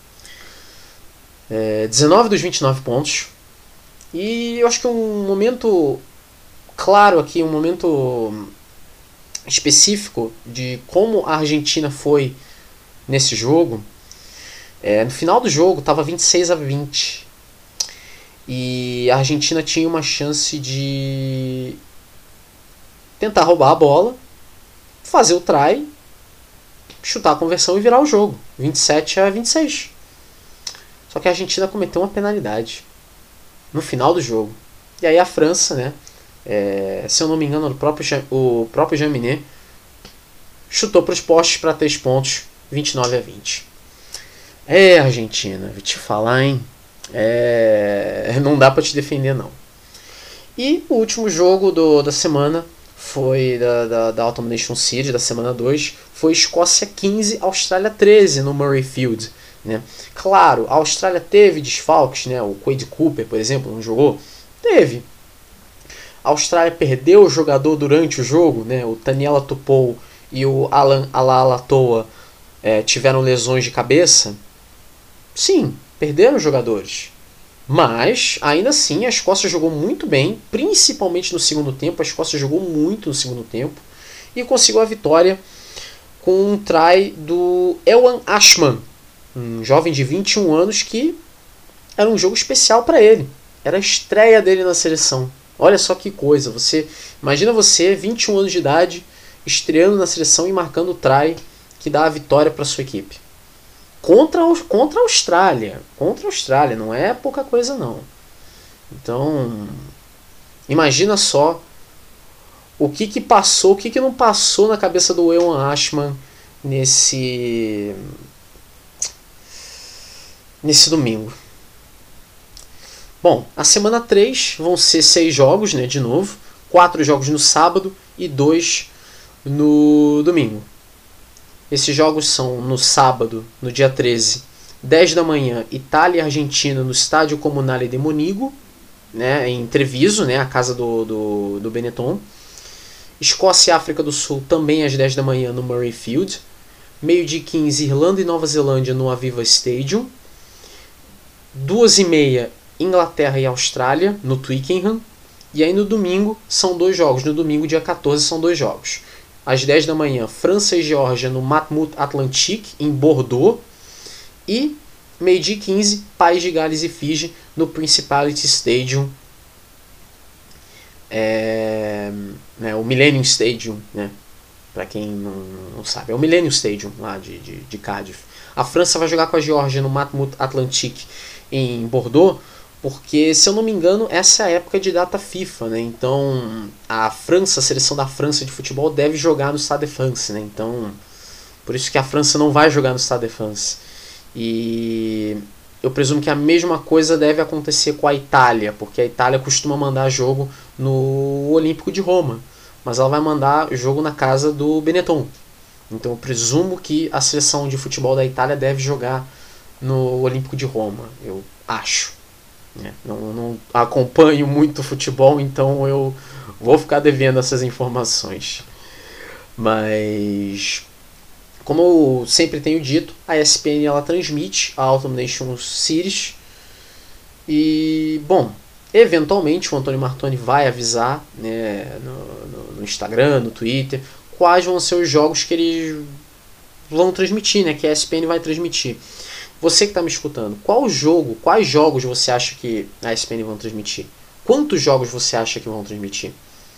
19 dos 29 pontos. E eu acho que um momento claro aqui, um momento específico de como a Argentina foi nesse jogo, no final do jogo estava 26-20. E a Argentina tinha uma chance de tentar roubar a bola, fazer o try, chutar a conversão e virar o jogo. 27-26. Só que a Argentina cometeu uma penalidade no final do jogo. E aí a França, né, se eu não me engano, o próprio Jaminet chutou para os postes para 3 pontos, 29-20. Argentina, vou te falar, hein? Não dá pra te defender, não. E o último jogo da semana foi da Autumn Nation Series, da semana 2, foi Escócia 15, Austrália 13 no Murray Field, né? Claro, a Austrália teve desfalques, né? O Quade Cooper, por exemplo, não jogou? Teve. A Austrália perdeu o jogador durante o jogo, né? O Taniela Tupou e o Alan Alatoa tiveram lesões de cabeça. Sim, perderam jogadores. Mas, ainda assim, a Escócia jogou muito bem, principalmente no segundo tempo. A Escócia jogou muito no segundo tempo e conseguiu a vitória com um try do Ewan Ashman, um jovem de 21 anos que era um jogo especial para ele. Era a estreia dele na seleção. Olha só que coisa. Imagina você, 21 anos de idade, estreando na seleção e marcando o try que dá a vitória para sua equipe. Contra a Austrália. Contra a Austrália. Não é pouca coisa, não. Então, imagina só o que passou, o que não passou na cabeça do Ewan Ashman nesse domingo. Bom, a semana 3 vão ser 6 jogos, né, de novo. 4 jogos no sábado e 2 no domingo. Esses jogos são no sábado, no dia 13, 10 da manhã, Itália e Argentina no Estádio Comunale de Monigo, né, em Treviso, né, a casa do Benetton. Escócia e África do Sul também às 10 da manhã no Murrayfield. Meio-dia 15, Irlanda e Nova Zelândia no Aviva Stadium. 2h30, Inglaterra e Austrália no Twickenham. E aí no domingo são 2 jogos. No domingo, dia 14, são 2 jogos. Às 10 da manhã, França e Geórgia no Matmut Atlantique, em Bordeaux. E meio-dia 15, País de Gales e Fiji no Principality Stadium. O Millennium Stadium, né? Para quem não sabe, é o Millennium Stadium lá de Cardiff. A França vai jogar com a Geórgia no Matmut Atlantique em Bordeaux, porque, se eu não me engano, essa é a época de data FIFA, né? Então, a seleção da França de futebol deve jogar no Stade de France, né? Então, por isso que a França não vai jogar no Stade de France. E eu presumo que a mesma coisa deve acontecer com a Itália, porque a Itália costuma mandar jogo no Olímpico de Roma, mas ela vai mandar jogo na casa do Benetton. Então eu presumo que a seleção de futebol da Itália deve jogar no Olímpico de Roma, eu acho. Não acompanho muito futebol, então eu vou ficar devendo essas informações. Mas, como eu sempre tenho dito, a ESPN ela transmite a Autumn Nations Series. E, bom, eventualmente o Antônio Martoni vai avisar, né, no Instagram, no Twitter, quais vão ser os jogos que eles vão transmitir, né, que a ESPN vai transmitir. Você que está me escutando, quais jogos você acha que a ESPN vão transmitir? Quantos jogos você acha que vão transmitir?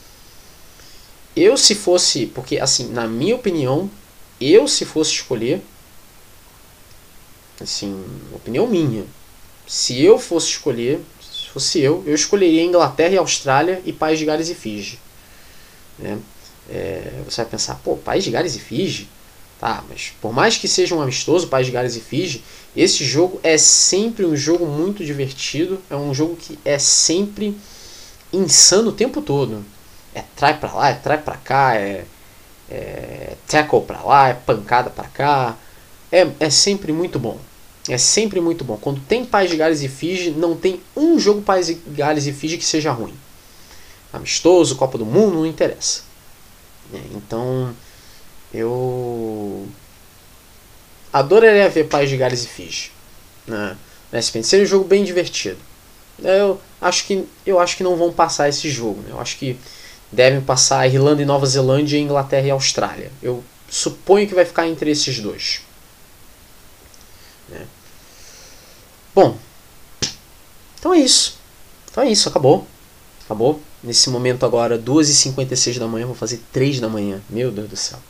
Se fosse, porque assim, na minha opinião, se fosse escolher, assim, opinião minha, se eu fosse escolher, se fosse eu escolheria Inglaterra e Austrália e País de Gales e Fiji. Né? Você vai pensar, País de Gales e Fiji? Tá, mas por mais que seja um amistoso, País de Gales e Fiji, esse jogo é sempre um jogo muito divertido, é um jogo que é sempre insano o tempo todo. É try pra lá, é try pra cá, é tackle pra lá, é pancada pra cá. É sempre muito bom. É sempre muito bom. Quando tem País de Gales e Fiji, não tem um jogo País de Gales e Fiji que seja ruim. Amistoso, Copa do Mundo, não interessa. Então, eu adoraria ver País de Gales e Fiji na ESPN. Seria um jogo bem divertido. Eu acho que não vão passar esse jogo. Né? Eu acho que devem passar Irlanda e Nova Zelândia, Inglaterra e Austrália. Eu suponho que vai ficar entre esses dois. Né? Bom, então é isso. Acabou. Nesse momento agora, 2h56 da manhã, vou fazer 3 da manhã. Meu Deus do céu.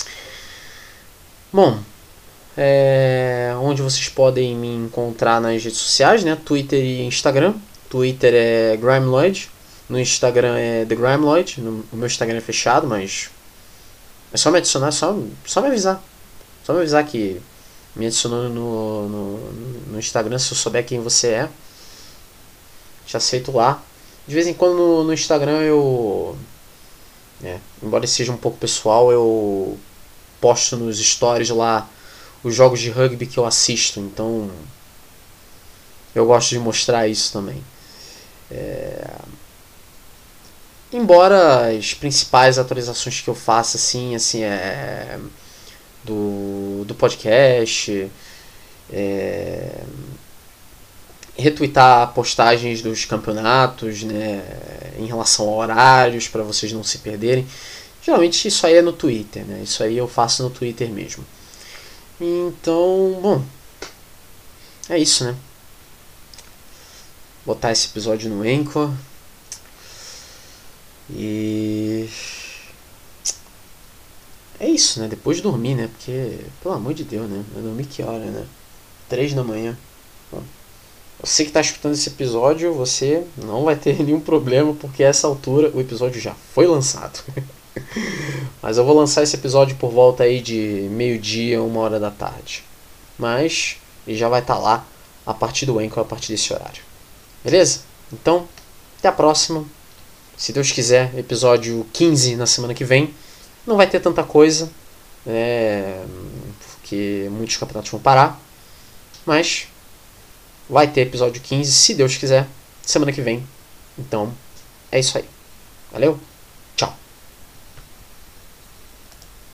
Bom, onde vocês podem me encontrar nas redes sociais, né? Twitter e Instagram. Twitter é GrimeLloyd, no Instagram é The GrimeLloyd. O meu Instagram é fechado, mas é só me adicionar, só me avisar. Só me avisar que me adicionou no Instagram, se eu souber quem você é. Te aceito lá. De vez em quando no Instagram eu, embora seja um pouco pessoal, eu posto nos stories lá os jogos de rugby que eu assisto, então eu gosto de mostrar isso também. Embora as principais atualizações que eu faço assim do podcast, retweetar postagens dos campeonatos, né, em relação a horários, para vocês não se perderem. Geralmente isso aí é no Twitter, né? Isso aí eu faço no Twitter mesmo. Então, bom, é isso, né? Botar esse episódio no Anchor. E é isso, né? Depois de dormir, né? Porque, pelo amor de Deus, né? Eu dormi que hora, né? 3 da manhã. Bom, você que está escutando esse episódio, você não vai ter nenhum problema, porque a essa altura o episódio já foi lançado. Mas eu vou lançar esse episódio por volta aí de meio-dia, 1h da tarde. Mas ele já vai estar lá a partir do Anchor, a partir desse horário. Beleza? Então, até a próxima. Se Deus quiser, episódio 15 na semana que vem. Não vai ter tanta coisa, porque muitos campeonatos vão parar. Mas vai ter episódio 15, se Deus quiser, semana que vem. Então, é isso aí. Valeu?